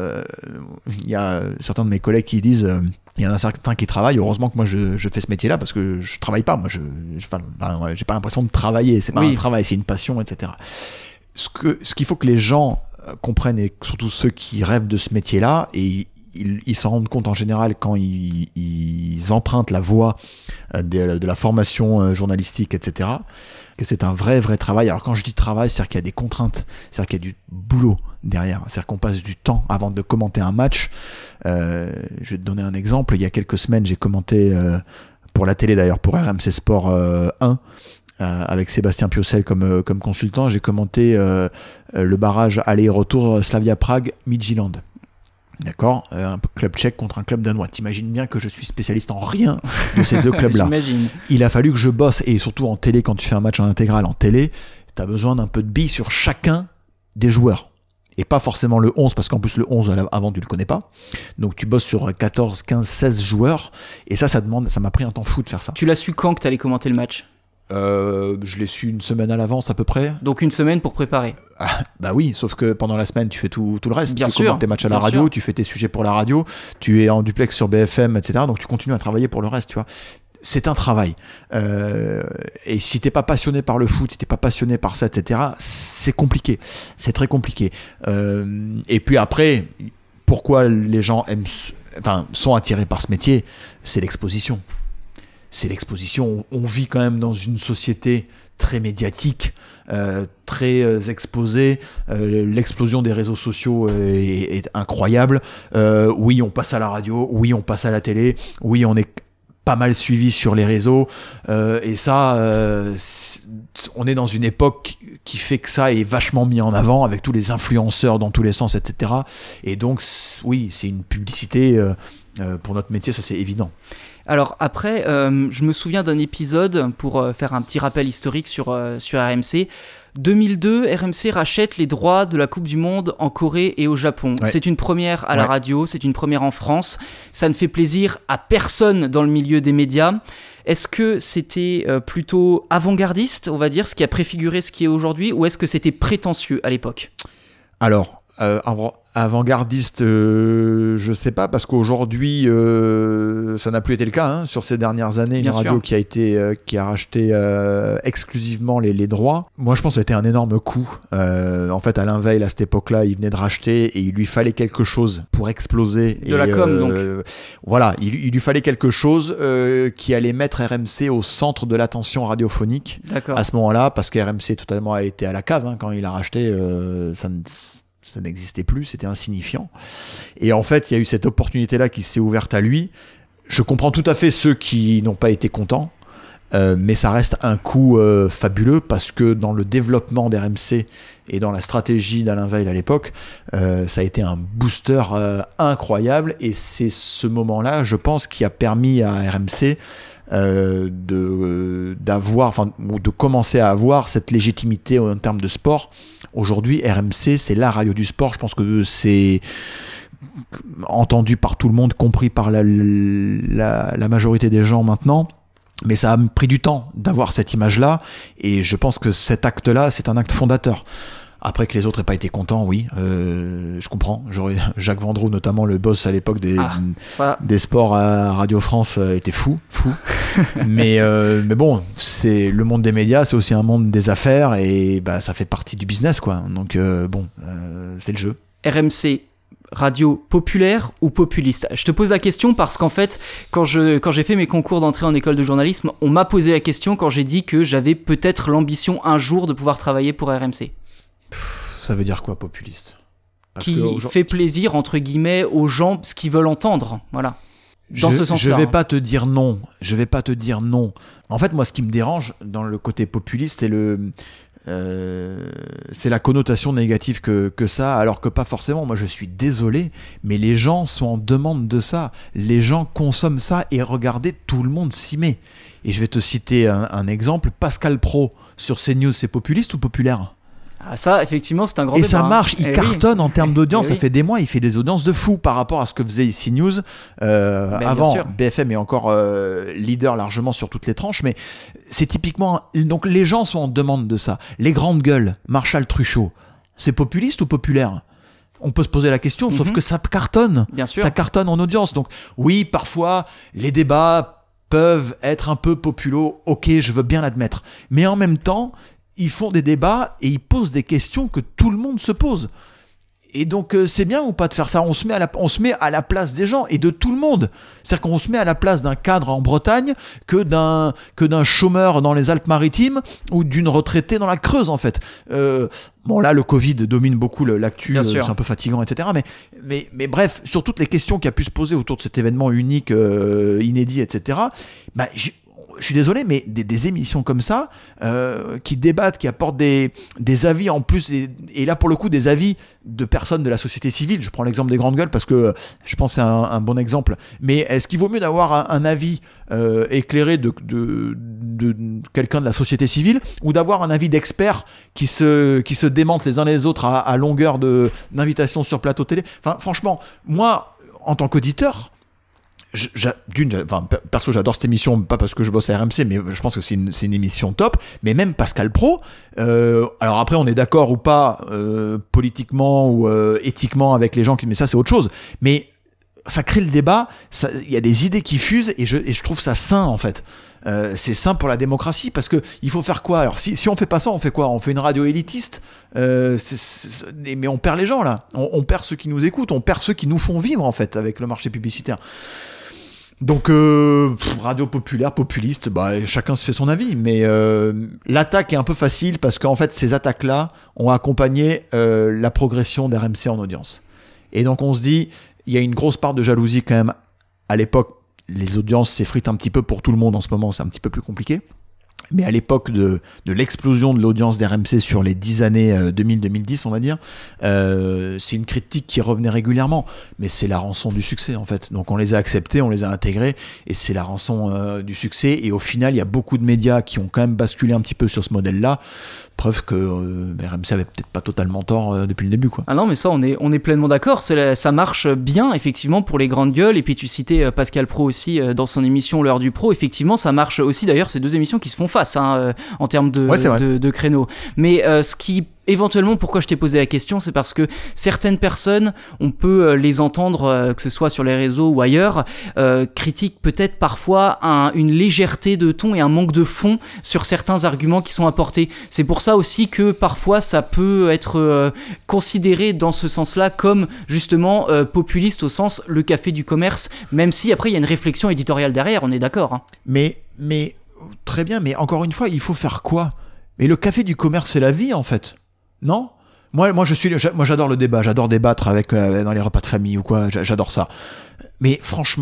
Il y a certains de mes collègues qui disent, il y en a certains qui travaillent. Heureusement que moi je fais ce métier-là parce que je travaille pas. Moi, j'ai pas l'impression de travailler. C'est pas un travail, c'est une passion, etc. Ce qu'il faut que les gens comprennent, et surtout ceux qui rêvent de ce métier-là, et ils s'en rendent compte en général quand ils empruntent la voie de la formation journalistique, etc., que c'est un vrai travail. Alors quand je dis travail, c'est-à-dire qu'il y a des contraintes, c'est-à-dire qu'il y a du boulot derrière, c'est-à-dire qu'on passe du temps avant de commenter un match. Je vais te donner un exemple. Il y a quelques semaines, j'ai commenté pour la télé d'ailleurs, pour RMC Sport 1, avec Sébastien Piocel comme consultant. J'ai commenté le barrage aller-retour Slavia Prague-Midtjylland. D'accord, un club tchèque contre un club danois. T'imagines bien que je suis spécialiste en rien de ces deux clubs-là. J'imagine. Il a fallu que je bosse, et surtout en télé, quand tu fais un match en intégrale en télé, t'as besoin d'un peu de billes sur chacun des joueurs. Et pas forcément le 11, parce qu'en plus le 11, avant, tu le connais pas. Donc tu bosses sur 14, 15, 16 joueurs, et ça m'a pris un temps fou de faire ça. Tu l'as su quand que t'allais commenter le match ? Je l'ai su une semaine à l'avance à peu près. Donc une semaine pour préparer. Bah oui, sauf que pendant la semaine tu fais tout le reste. Bien tu sûr, commentes tes matchs à la radio, tu fais tes sujets pour la radio, tu es en duplex sur BFM, etc. Donc tu continues à travailler pour le reste, tu vois. C'est un travail. Et si t'es pas passionné par le foot, si t'es pas passionné par ça, etc., c'est compliqué. C'est très compliqué. Et puis après, pourquoi les gens sont attirés par ce métier ? C'est l'exposition. C'est l'exposition. On vit quand même dans une société très médiatique, très exposée. L'explosion des réseaux sociaux est incroyable. Oui, on passe à la radio. Oui, on passe à la télé. Oui, on est pas mal suivi sur les réseaux. Et ça, on est dans une époque qui fait que ça est vachement mis en avant avec tous les influenceurs dans tous les sens, etc. Et donc, oui, c'est une publicité pour notre métier, ça c'est évident. Alors après, je me souviens d'un épisode, pour faire un petit rappel historique sur RMC. 2002, RMC rachète les droits de la Coupe du Monde en Corée et au Japon. Ouais. C'est une première à la radio, c'est une première en France. Ça ne fait plaisir à personne dans le milieu des médias. Est-ce que c'était plutôt avant-gardiste, on va dire, ce qui a préfiguré ce qui est aujourd'hui, ou est-ce que c'était prétentieux à l'époque ? Alors, avant-gardiste, je sais pas, parce qu'aujourd'hui ça n'a plus été le cas sur ces dernières années. Bien une radio sûr. qui a racheté exclusivement les droits. Moi je pense que ça a été un énorme coup. En fait, Alain Veil à cette époque-là, il venait de racheter et il lui fallait quelque chose pour exploser. De la com donc. Voilà, il lui fallait quelque chose qui allait mettre RMC au centre de l'attention radiophonique. D'accord. À ce moment-là, parce que RMC totalement a été à la cave quand il a racheté. Ça n'existait plus, c'était insignifiant. Et en fait, il y a eu cette opportunité-là qui s'est ouverte à lui. Je comprends tout à fait ceux qui n'ont pas été contents. mais ça reste un coût fabuleux parce que dans le développement d'RMC et dans la stratégie d'Alain Veil à l'époque, ça a été un booster incroyable, et c'est ce moment-là, je pense, qui a permis à RMC de commencer à avoir cette légitimité en termes de sport. Aujourd'hui, RMC, c'est la radio du sport. Je pense que c'est entendu par tout le monde, compris par la majorité des gens maintenant. Mais ça a pris du temps d'avoir cette image-là, et je pense que cet acte-là, c'est un acte fondateur. Après que les autres n'aient pas été contents, oui, je comprends. Jacques Vendroux, notamment le boss à l'époque des sports à Radio France, était fou. mais bon, c'est le monde des médias, c'est aussi un monde des affaires, et ça fait partie du business, quoi. Donc c'est le jeu. RMC, radio populaire ou populiste ? Je te pose la question parce qu'en fait, quand j'ai fait mes concours d'entrée en école de journalisme, on m'a posé la question quand j'ai dit que j'avais peut-être l'ambition un jour de pouvoir travailler pour RMC. Ça veut dire quoi, populiste ? Qui fait plaisir, entre guillemets, aux gens, ce qu'ils veulent entendre, voilà. Dans ce sens-là. Je vais pas te dire non. En fait, moi, ce qui me dérange dans le côté populiste, c'est la connotation négative que ça, alors que pas forcément. Moi, je suis désolé, mais les gens sont en demande de ça. Les gens consomment ça, et regardez, tout le monde s'y met. Et je vais te citer un exemple. Pascal Praud sur CNews, c'est populiste ou populaire ? Ah, ça, effectivement, c'est un grand débat. Et ça marche, il cartonne en termes d'audience. Ça oui. fait des mois, il fait des audiences de fou par rapport à ce que faisait CNews avant. BFM est encore leader largement sur toutes les tranches, mais c'est typiquement. Donc les gens sont en demande de ça. Les grandes gueules, Marshall Truchot, c'est populiste ou populaire ? On peut se poser la question, sauf que ça cartonne. Bien sûr. Ça cartonne en audience. Donc oui, parfois, les débats peuvent être un peu populo. Ok, je veux bien l'admettre. Mais en même temps, ils font des débats et ils posent des questions que tout le monde se pose. Et donc, c'est bien ou pas de faire ça ? On se met à la place des gens et de tout le monde. C'est-à-dire qu'on se met à la place d'un cadre en Bretagne que d'un chômeur dans les Alpes-Maritimes ou d'une retraitée dans la Creuse, en fait. Bon, là, le Covid domine beaucoup l'actu, c'est un peu fatigant, etc. Mais bref, sur toutes les questions qui a pu se poser autour de cet événement unique, inédit, etc., je suis désolé, mais des émissions comme ça, qui débattent, qui apportent des avis en plus, et là pour le coup des avis de personnes de la société civile. Je prends l'exemple des grandes gueules parce que je pense que c'est un bon exemple. Mais est-ce qu'il vaut mieux d'avoir un avis éclairé de quelqu'un de la société civile, ou d'avoir un avis d'experts qui se démentent les uns les autres à longueur d'invitations sur plateau télé ? Enfin, franchement, moi, en tant qu'auditeur, perso, j'adore cette émission, pas parce que je bosse à RMC, mais je pense que c'est une émission top. Mais même Pascal Praud, alors après on est d'accord ou pas politiquement ou éthiquement avec les gens mais ça c'est autre chose. Mais ça crée le débat, il y a des idées qui fusent, et je trouve ça sain, en fait. C'est sain pour la démocratie, parce que il faut faire quoi ? Alors si on fait pas ça, on fait quoi ? On fait une radio élitiste, mais on perd les gens là. On perd ceux qui nous écoutent, on perd ceux qui nous font vivre, en fait, avec le marché publicitaire. Donc radio populaire, populiste, chacun se fait son avis, mais l'attaque est un peu facile parce qu'en fait ces attaques-là ont accompagné la progression d'RMC en audience. Et donc on se dit, il y a une grosse part de jalousie quand même. À l'époque, les audiences s'effritent un petit peu pour tout le monde. En ce moment, c'est un petit peu plus compliqué. Mais à l'époque de l'explosion de l'audience d'RMC sur les 10 années 2000-2010, on va dire, c'est une critique qui revenait régulièrement. Mais c'est la rançon du succès, en fait. Donc on les a acceptés, on les a intégrés, et c'est la rançon du succès. Et au final, il y a beaucoup de médias qui ont quand même basculé un petit peu sur ce modèle-là. Preuve que RMC avait peut-être pas totalement tort depuis le début, quoi. Ah non, mais ça, on est pleinement d'accord. Ça marche bien, effectivement, pour les grandes gueules. Et puis tu citais Pascal Praud aussi dans son émission L'heure du pro. Effectivement, ça marche aussi. D'ailleurs, c'est deux émissions qui se font face en termes de créneaux. Mais ce qui... Éventuellement, pourquoi je t'ai posé la question, c'est parce que certaines personnes, on peut les entendre, que ce soit sur les réseaux ou ailleurs, critiquent peut-être parfois une légèreté de ton et un manque de fond sur certains arguments qui sont apportés. C'est pour ça aussi que parfois ça peut être considéré dans ce sens-là comme justement populiste au sens le café du commerce, même si après il y a une réflexion éditoriale derrière, on est d'accord, hein. Mais très bien, mais encore une fois, il faut faire quoi ? Mais le café du commerce, c'est la vie, en fait. Non ? Moi, j'adore le débat, j'adore débattre avec dans les repas de famille ou quoi, j'adore ça. Mais franchement,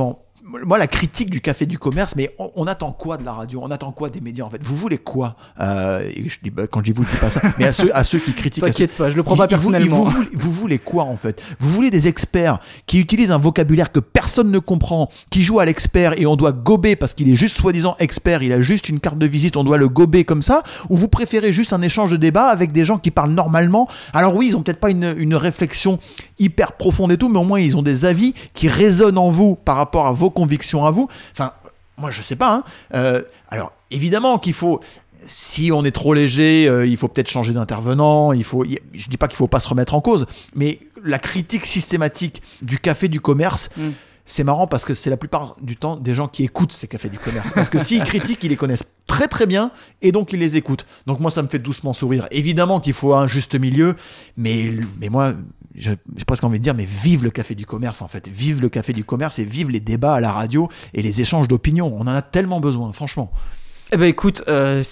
moi, la critique du café du commerce, mais on attend quoi de la radio ? On attend quoi des médias, en fait ? Vous voulez quoi ? Et je dis, quand je dis vous, je dis pas ça. Mais à ceux qui critiquent... T'inquiète pas, je le prends pas personnellement. Vous voulez quoi, en fait ? Vous voulez des experts qui utilisent un vocabulaire que personne ne comprend, qui jouent à l'expert et on doit gober parce qu'il est juste soi-disant expert, il a juste une carte de visite, on doit le gober comme ça ? Ou vous préférez juste un échange de débat avec des gens qui parlent normalement ? Alors oui, ils ont peut-être pas une réflexion hyper profonde et tout, mais au moins ils ont des avis qui résonnent en vous par rapport à vos convictions à vous. Enfin, moi je sais pas. Alors évidemment qu'il faut, si on est trop léger, il faut peut-être changer d'intervenant. Je dis pas qu'il faut pas se remettre en cause, mais la critique systématique du café du commerce. C'est marrant parce que c'est la plupart du temps des gens qui écoutent ces cafés du commerce. Parce que s'ils critiquent, ils les connaissent très très bien et donc ils les écoutent. Donc moi, ça me fait doucement sourire. Évidemment qu'il faut un juste milieu, mais moi, j'ai presque envie de dire, mais vive le café du commerce en fait. Vive le café du commerce et vive les débats à la radio et les échanges d'opinions. On en a tellement besoin, franchement. Eh ben écoute,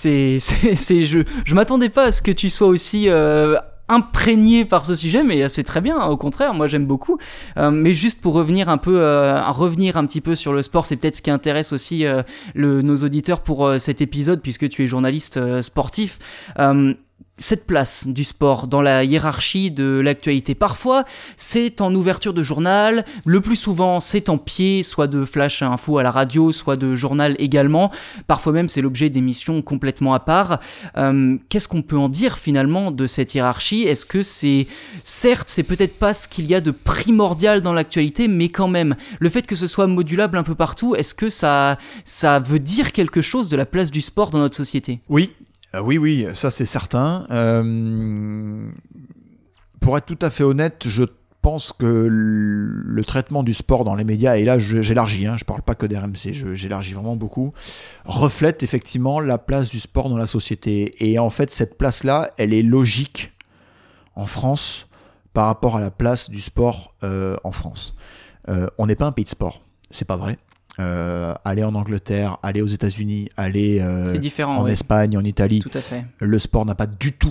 je m'attendais pas à ce que tu sois aussi... imprégné par ce sujet, mais c'est très bien, au contraire, moi j'aime beaucoup. Mais juste pour revenir un petit peu sur le sport, c'est peut-être ce qui intéresse aussi nos auditeurs pour cet épisode, puisque tu es journaliste sportif. Cette place du sport dans la hiérarchie de l'actualité. Parfois, c'est en ouverture de journal, le plus souvent, c'est en pied, soit de flash info à la radio, soit de journal également. Parfois même, c'est l'objet d'émissions complètement à part. Qu'est-ce qu'on peut en dire finalement de cette hiérarchie ? Est-ce que certes, c'est peut-être pas ce qu'il y a de primordial dans l'actualité, mais quand même, le fait que ce soit modulable un peu partout, est-ce que ça veut dire quelque chose de la place du sport dans notre société ? Oui. Oui, ça c'est certain. Pour être tout à fait honnête, je pense que le traitement du sport dans les médias, et là j'élargis, je parle pas que d'RMC, j'élargis vraiment beaucoup, reflète effectivement la place du sport dans la société. Et en fait, cette place-là, elle est logique en France par rapport à la place du sport en France. On n'est pas un pays de sport, c'est pas vrai. Aller en Angleterre, aller aux États-Unis, aller en Espagne, en Italie, tout à fait. Le sport n'a pas du tout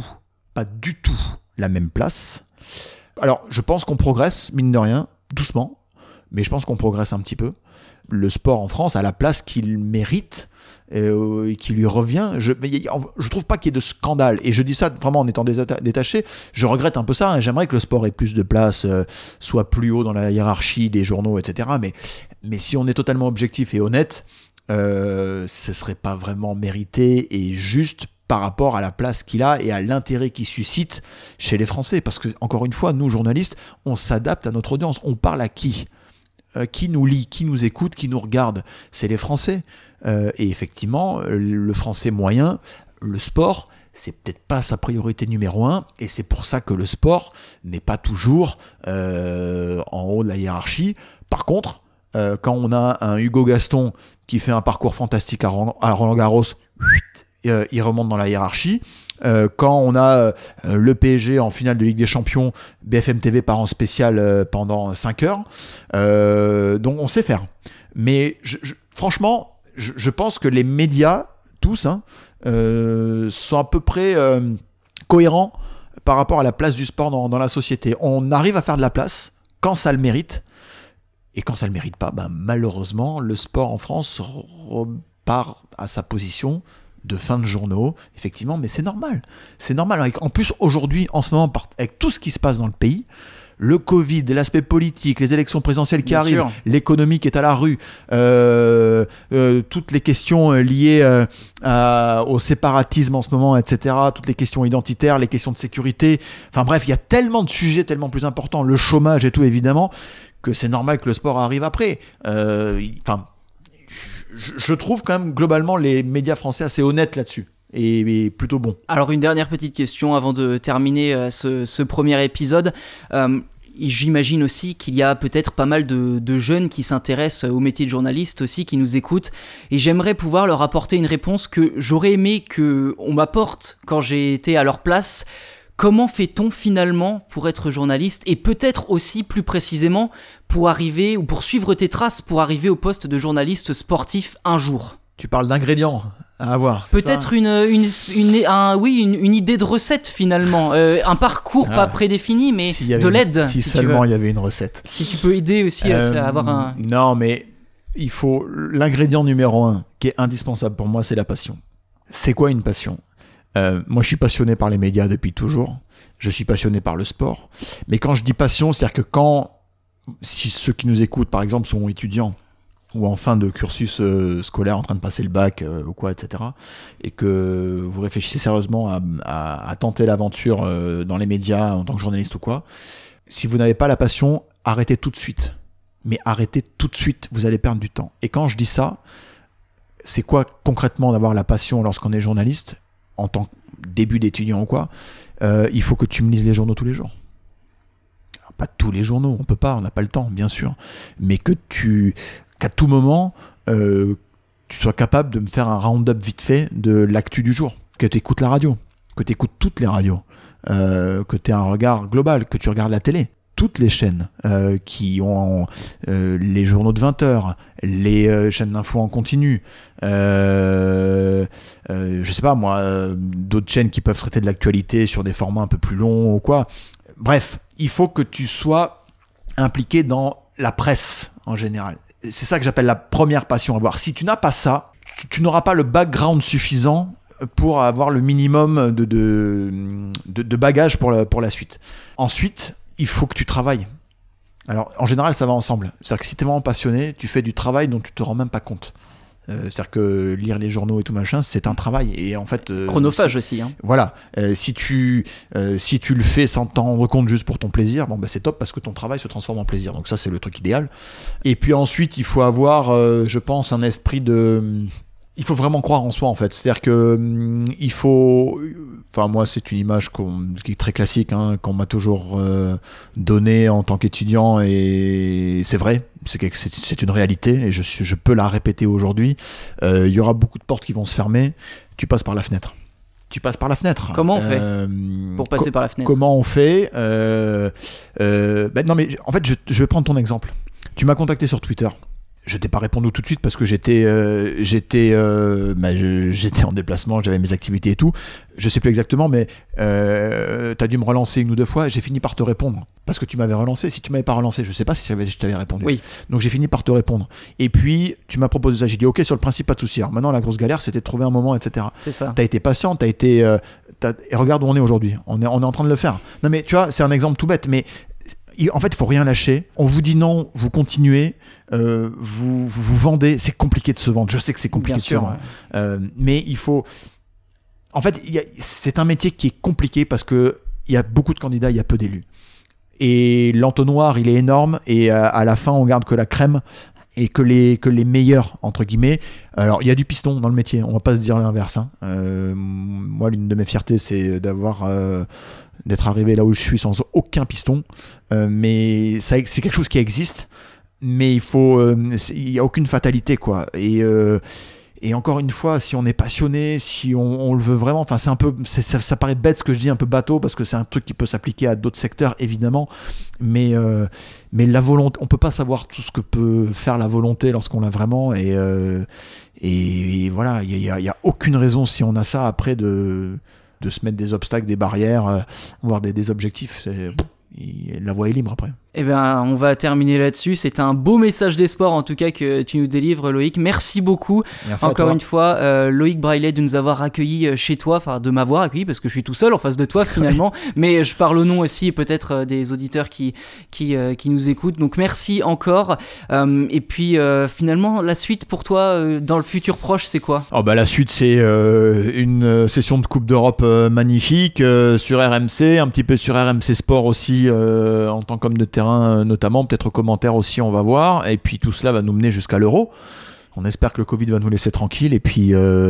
la même place. Alors, je pense qu'on progresse, mine de rien, doucement, mais je pense qu'on progresse un petit peu. Le sport en France a la place qu'il mérite et qui lui revient. Je trouve pas qu'il y ait de scandale, et je dis ça vraiment en étant détaché. Je regrette un peu ça, j'aimerais que le sport ait plus de place, soit plus haut dans la hiérarchie des journaux, etc. Mais si on est totalement objectif et honnête, ce serait pas vraiment mérité et juste par rapport à la place qu'il a et à l'intérêt qu'il suscite chez les Français. Parce que, encore une fois, nous, journalistes, on s'adapte à notre audience. On parle à qui ? Qui nous lit, qui nous écoute, qui nous regarde ? C'est les Français. Et effectivement, le Français moyen, le sport, c'est peut-être pas sa priorité numéro 1, et c'est pour ça que le sport n'est pas toujours en haut de la hiérarchie. Par contre, quand on a un Hugo Gaston qui fait un parcours fantastique à Roland-Garros, il remonte dans la hiérarchie. Quand on a le PSG en finale de Ligue des Champions, BFM TV part en spécial pendant 5 heures. Donc on sait faire. Mais franchement, je pense que les médias, tous, sont à peu près cohérents par rapport à la place du sport dans la société. On arrive à faire de la place quand ça le mérite. Et quand ça ne le mérite pas, malheureusement, le sport en France repart à sa position de fin de journaux, effectivement, mais c'est normal. C'est normal. En plus, aujourd'hui, en ce moment, avec tout ce qui se passe dans le pays, le Covid, l'aspect politique, les élections présidentielles qui arrivent, l'économie qui est à la rue, toutes les questions liées au séparatisme en ce moment, etc., toutes les questions identitaires, les questions de sécurité, enfin bref, il y a tellement de sujets tellement plus importants, le chômage et tout, évidemment, que c'est normal que le sport arrive après. Je trouve quand même globalement les médias français assez honnêtes là-dessus. Et plutôt bon. Alors une dernière petite question avant de terminer ce premier épisode. J'imagine aussi qu'il y a peut-être pas mal de jeunes qui s'intéressent au métier de journaliste aussi, qui nous écoutent, et j'aimerais pouvoir leur apporter une réponse que j'aurais aimé qu'on m'apporte quand j'ai été à leur place. Comment fait-on finalement pour être journaliste, et peut-être aussi plus précisément pour arriver, ou pour suivre tes traces, pour arriver au poste de journaliste sportif un jour ? Tu parles d'ingrédients à avoir. Peut-être une idée de recette finalement, un parcours pas prédéfini, mais de l'aide. Si seulement il y avait une recette. Si tu peux aider aussi à avoir un... Non, mais l'ingrédient numéro 1 qui est indispensable pour moi, c'est la passion. C'est quoi une passion ? Moi, je suis passionné par les médias depuis toujours. Je suis passionné par le sport. Mais quand je dis passion, c'est-à-dire que si ceux qui nous écoutent, par exemple, sont étudiants ou en fin de cursus scolaire, en train de passer le bac ou quoi, etc., et que vous réfléchissez sérieusement à tenter l'aventure dans les médias en tant que journaliste ou quoi, si vous n'avez pas la passion, arrêtez tout de suite. Mais arrêtez tout de suite, vous allez perdre du temps. Et quand je dis ça, c'est quoi concrètement d'avoir la passion lorsqu'on est journaliste, en tant que début d'étudiant ou quoi ? Il faut que tu me lises les journaux tous les jours. Alors, pas tous les journaux, on n'a pas le temps, bien sûr. Mais qu'à tout moment, tu sois capable de me faire un round-up vite fait de l'actu du jour. Que tu écoutes la radio, que tu écoutes toutes les radios, que tu aies un regard global, que tu regardes la télé. Toutes les chaînes qui ont les journaux de 20 heures, les chaînes d'infos en continu, je sais pas moi, d'autres chaînes qui peuvent traiter de l'actualité sur des formats un peu plus longs ou quoi. Bref, il faut que tu sois impliqué dans la presse en général. C'est ça que j'appelle la première passion à avoir. Si tu n'as pas ça, tu n'auras pas le background suffisant pour avoir le minimum de bagages pour la suite. Ensuite, il faut que tu travailles. Alors, en général, ça va ensemble. C'est-à-dire que si tu es vraiment passionné, tu fais du travail dont tu te rends même pas compte. C'est-à-dire que lire les journaux et tout machin, c'est un travail. Et en fait, chronophage aussi. Hein. Voilà. Si tu le fais sans t'en rendre compte juste pour ton plaisir, c'est top parce que ton travail se transforme en plaisir. Donc ça, c'est le truc idéal. Et puis ensuite, il faut avoir, je pense, un esprit il faut vraiment croire en soi en fait. C'est-à-dire que il faut. Enfin moi c'est une image qui est très classique, qu'on m'a toujours donnée en tant qu'étudiant et c'est vrai. C'est une réalité et je peux la répéter aujourd'hui. Il y aura beaucoup de portes qui vont se fermer. Tu passes par la fenêtre. Comment on fait pour passer par la fenêtre ? Comment on fait non mais en fait je vais prendre ton exemple. Tu m'as contacté sur Twitter. Je t'ai pas répondu tout de suite parce que j'étais en déplacement, j'avais mes activités et tout. Je sais plus exactement, mais t'as dû me relancer 1 ou 2 fois. J'ai fini par te répondre parce que tu m'avais relancé. Si tu m'avais pas relancé, je sais pas si je t'avais répondu. Oui. Donc j'ai fini par te répondre. Et puis tu m'as proposé ça. J'ai dit ok sur le principe pas de souci. Alors maintenant la grosse galère c'était de trouver un moment, etc. C'est ça. T'as été patient, et regarde où on est aujourd'hui. On est en train de le faire. Non mais tu vois, c'est un exemple tout bête, mais en fait, il faut rien lâcher. On vous dit non, vous continuez, vous vendez. C'est compliqué de se vendre. Je sais que c'est compliqué de se vendre. Ouais. Mais il faut. En fait, c'est un métier qui est compliqué parce que il y a beaucoup de candidats, il y a peu d'élus. Et l'entonnoir, il est énorme. Et à la fin, on garde que la crème et que les meilleurs entre guillemets. Alors, il y a du piston dans le métier. On va pas se dire l'inverse. Moi, l'une de mes fiertés, c'est d'être arrivé là où je suis sans aucun piston, mais c'est quelque chose qui existe, mais il y a aucune fatalité quoi. Et encore une fois, si on est passionné, si on le veut vraiment, enfin ça paraît bête ce que je dis, un peu bateau parce que c'est un truc qui peut s'appliquer à d'autres secteurs évidemment, mais la volonté, on peut pas savoir tout ce que peut faire la volonté lorsqu'on l'a vraiment et voilà, il y a aucune raison si on a ça après de se mettre des obstacles, des barrières, voire des objectifs. La voie est libre après. Eh bien, on va terminer là-dessus. C'est un beau message d'espoir, en tout cas, que tu nous délivres, Loïc. Merci beaucoup. Merci encore une fois, Loïc Braillet, de nous avoir accueillis chez toi, enfin, de m'avoir accueilli, parce que je suis tout seul en face de toi, finalement. Mais je parle au nom aussi, peut-être, des auditeurs qui nous écoutent. Donc, merci encore. Et puis, finalement, la suite pour toi, dans le futur proche, c'est quoi ? La suite, c'est une session de Coupe d'Europe magnifique sur RMC, un petit peu sur RMC Sport aussi, en tant qu'homme de terrain notamment, peut-être commentaires aussi, on va voir, et puis tout cela va nous mener jusqu'à l'Euro. On espère que le Covid va nous laisser tranquille, et puis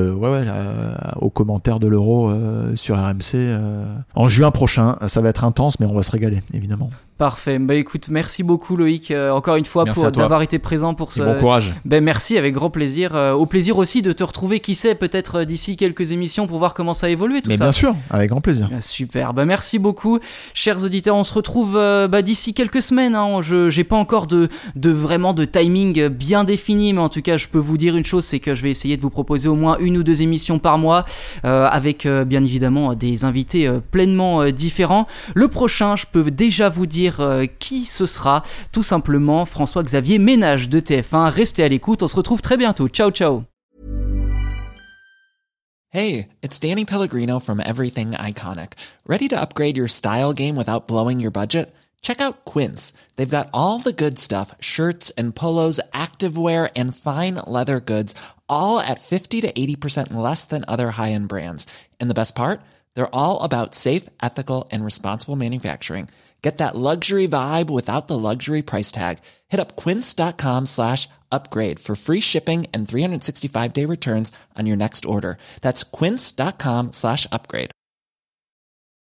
aux commentaires de l'Euro sur RMC en juin prochain. Ça va être intense, mais on va se régaler évidemment. Parfait. Écoute, merci beaucoup Loïc, encore une fois, d'avoir été présent pour ce... Et bon courage. Merci, avec grand plaisir. Au plaisir aussi de te retrouver, qui sait, peut-être d'ici quelques émissions pour voir comment ça a évolué tout ça. Mais bien sûr, avec grand plaisir. Super. Merci beaucoup, chers auditeurs. On se retrouve d'ici quelques semaines. J'ai pas encore vraiment de timing bien défini, mais en tout cas, je peux vous dire une chose, c'est que je vais essayer de vous proposer au moins 1 ou 2 émissions par mois, avec bien évidemment des invités pleinement différents. Le prochain, je peux déjà vous dire découvrir qui ce sera. Tout simplement François-Xavier Ménage de TF1. Restez à l'écoute, on se retrouve très bientôt. Ciao, ciao. Hey, it's Danny Pellegrino from Everything Iconic. Ready to upgrade your style game without blowing your budget? Check out Quince. They've got all the good stuff, shirts and polos, activewear, and fine leather goods, all at 50 to 80% less than other high-end brands. And the best part? They're all about safe, ethical, and responsible manufacturing. Get that luxury vibe without the luxury price tag. Hit up quince.com/upgrade for free shipping and 365-day returns on your next order. That's quince.com/upgrade.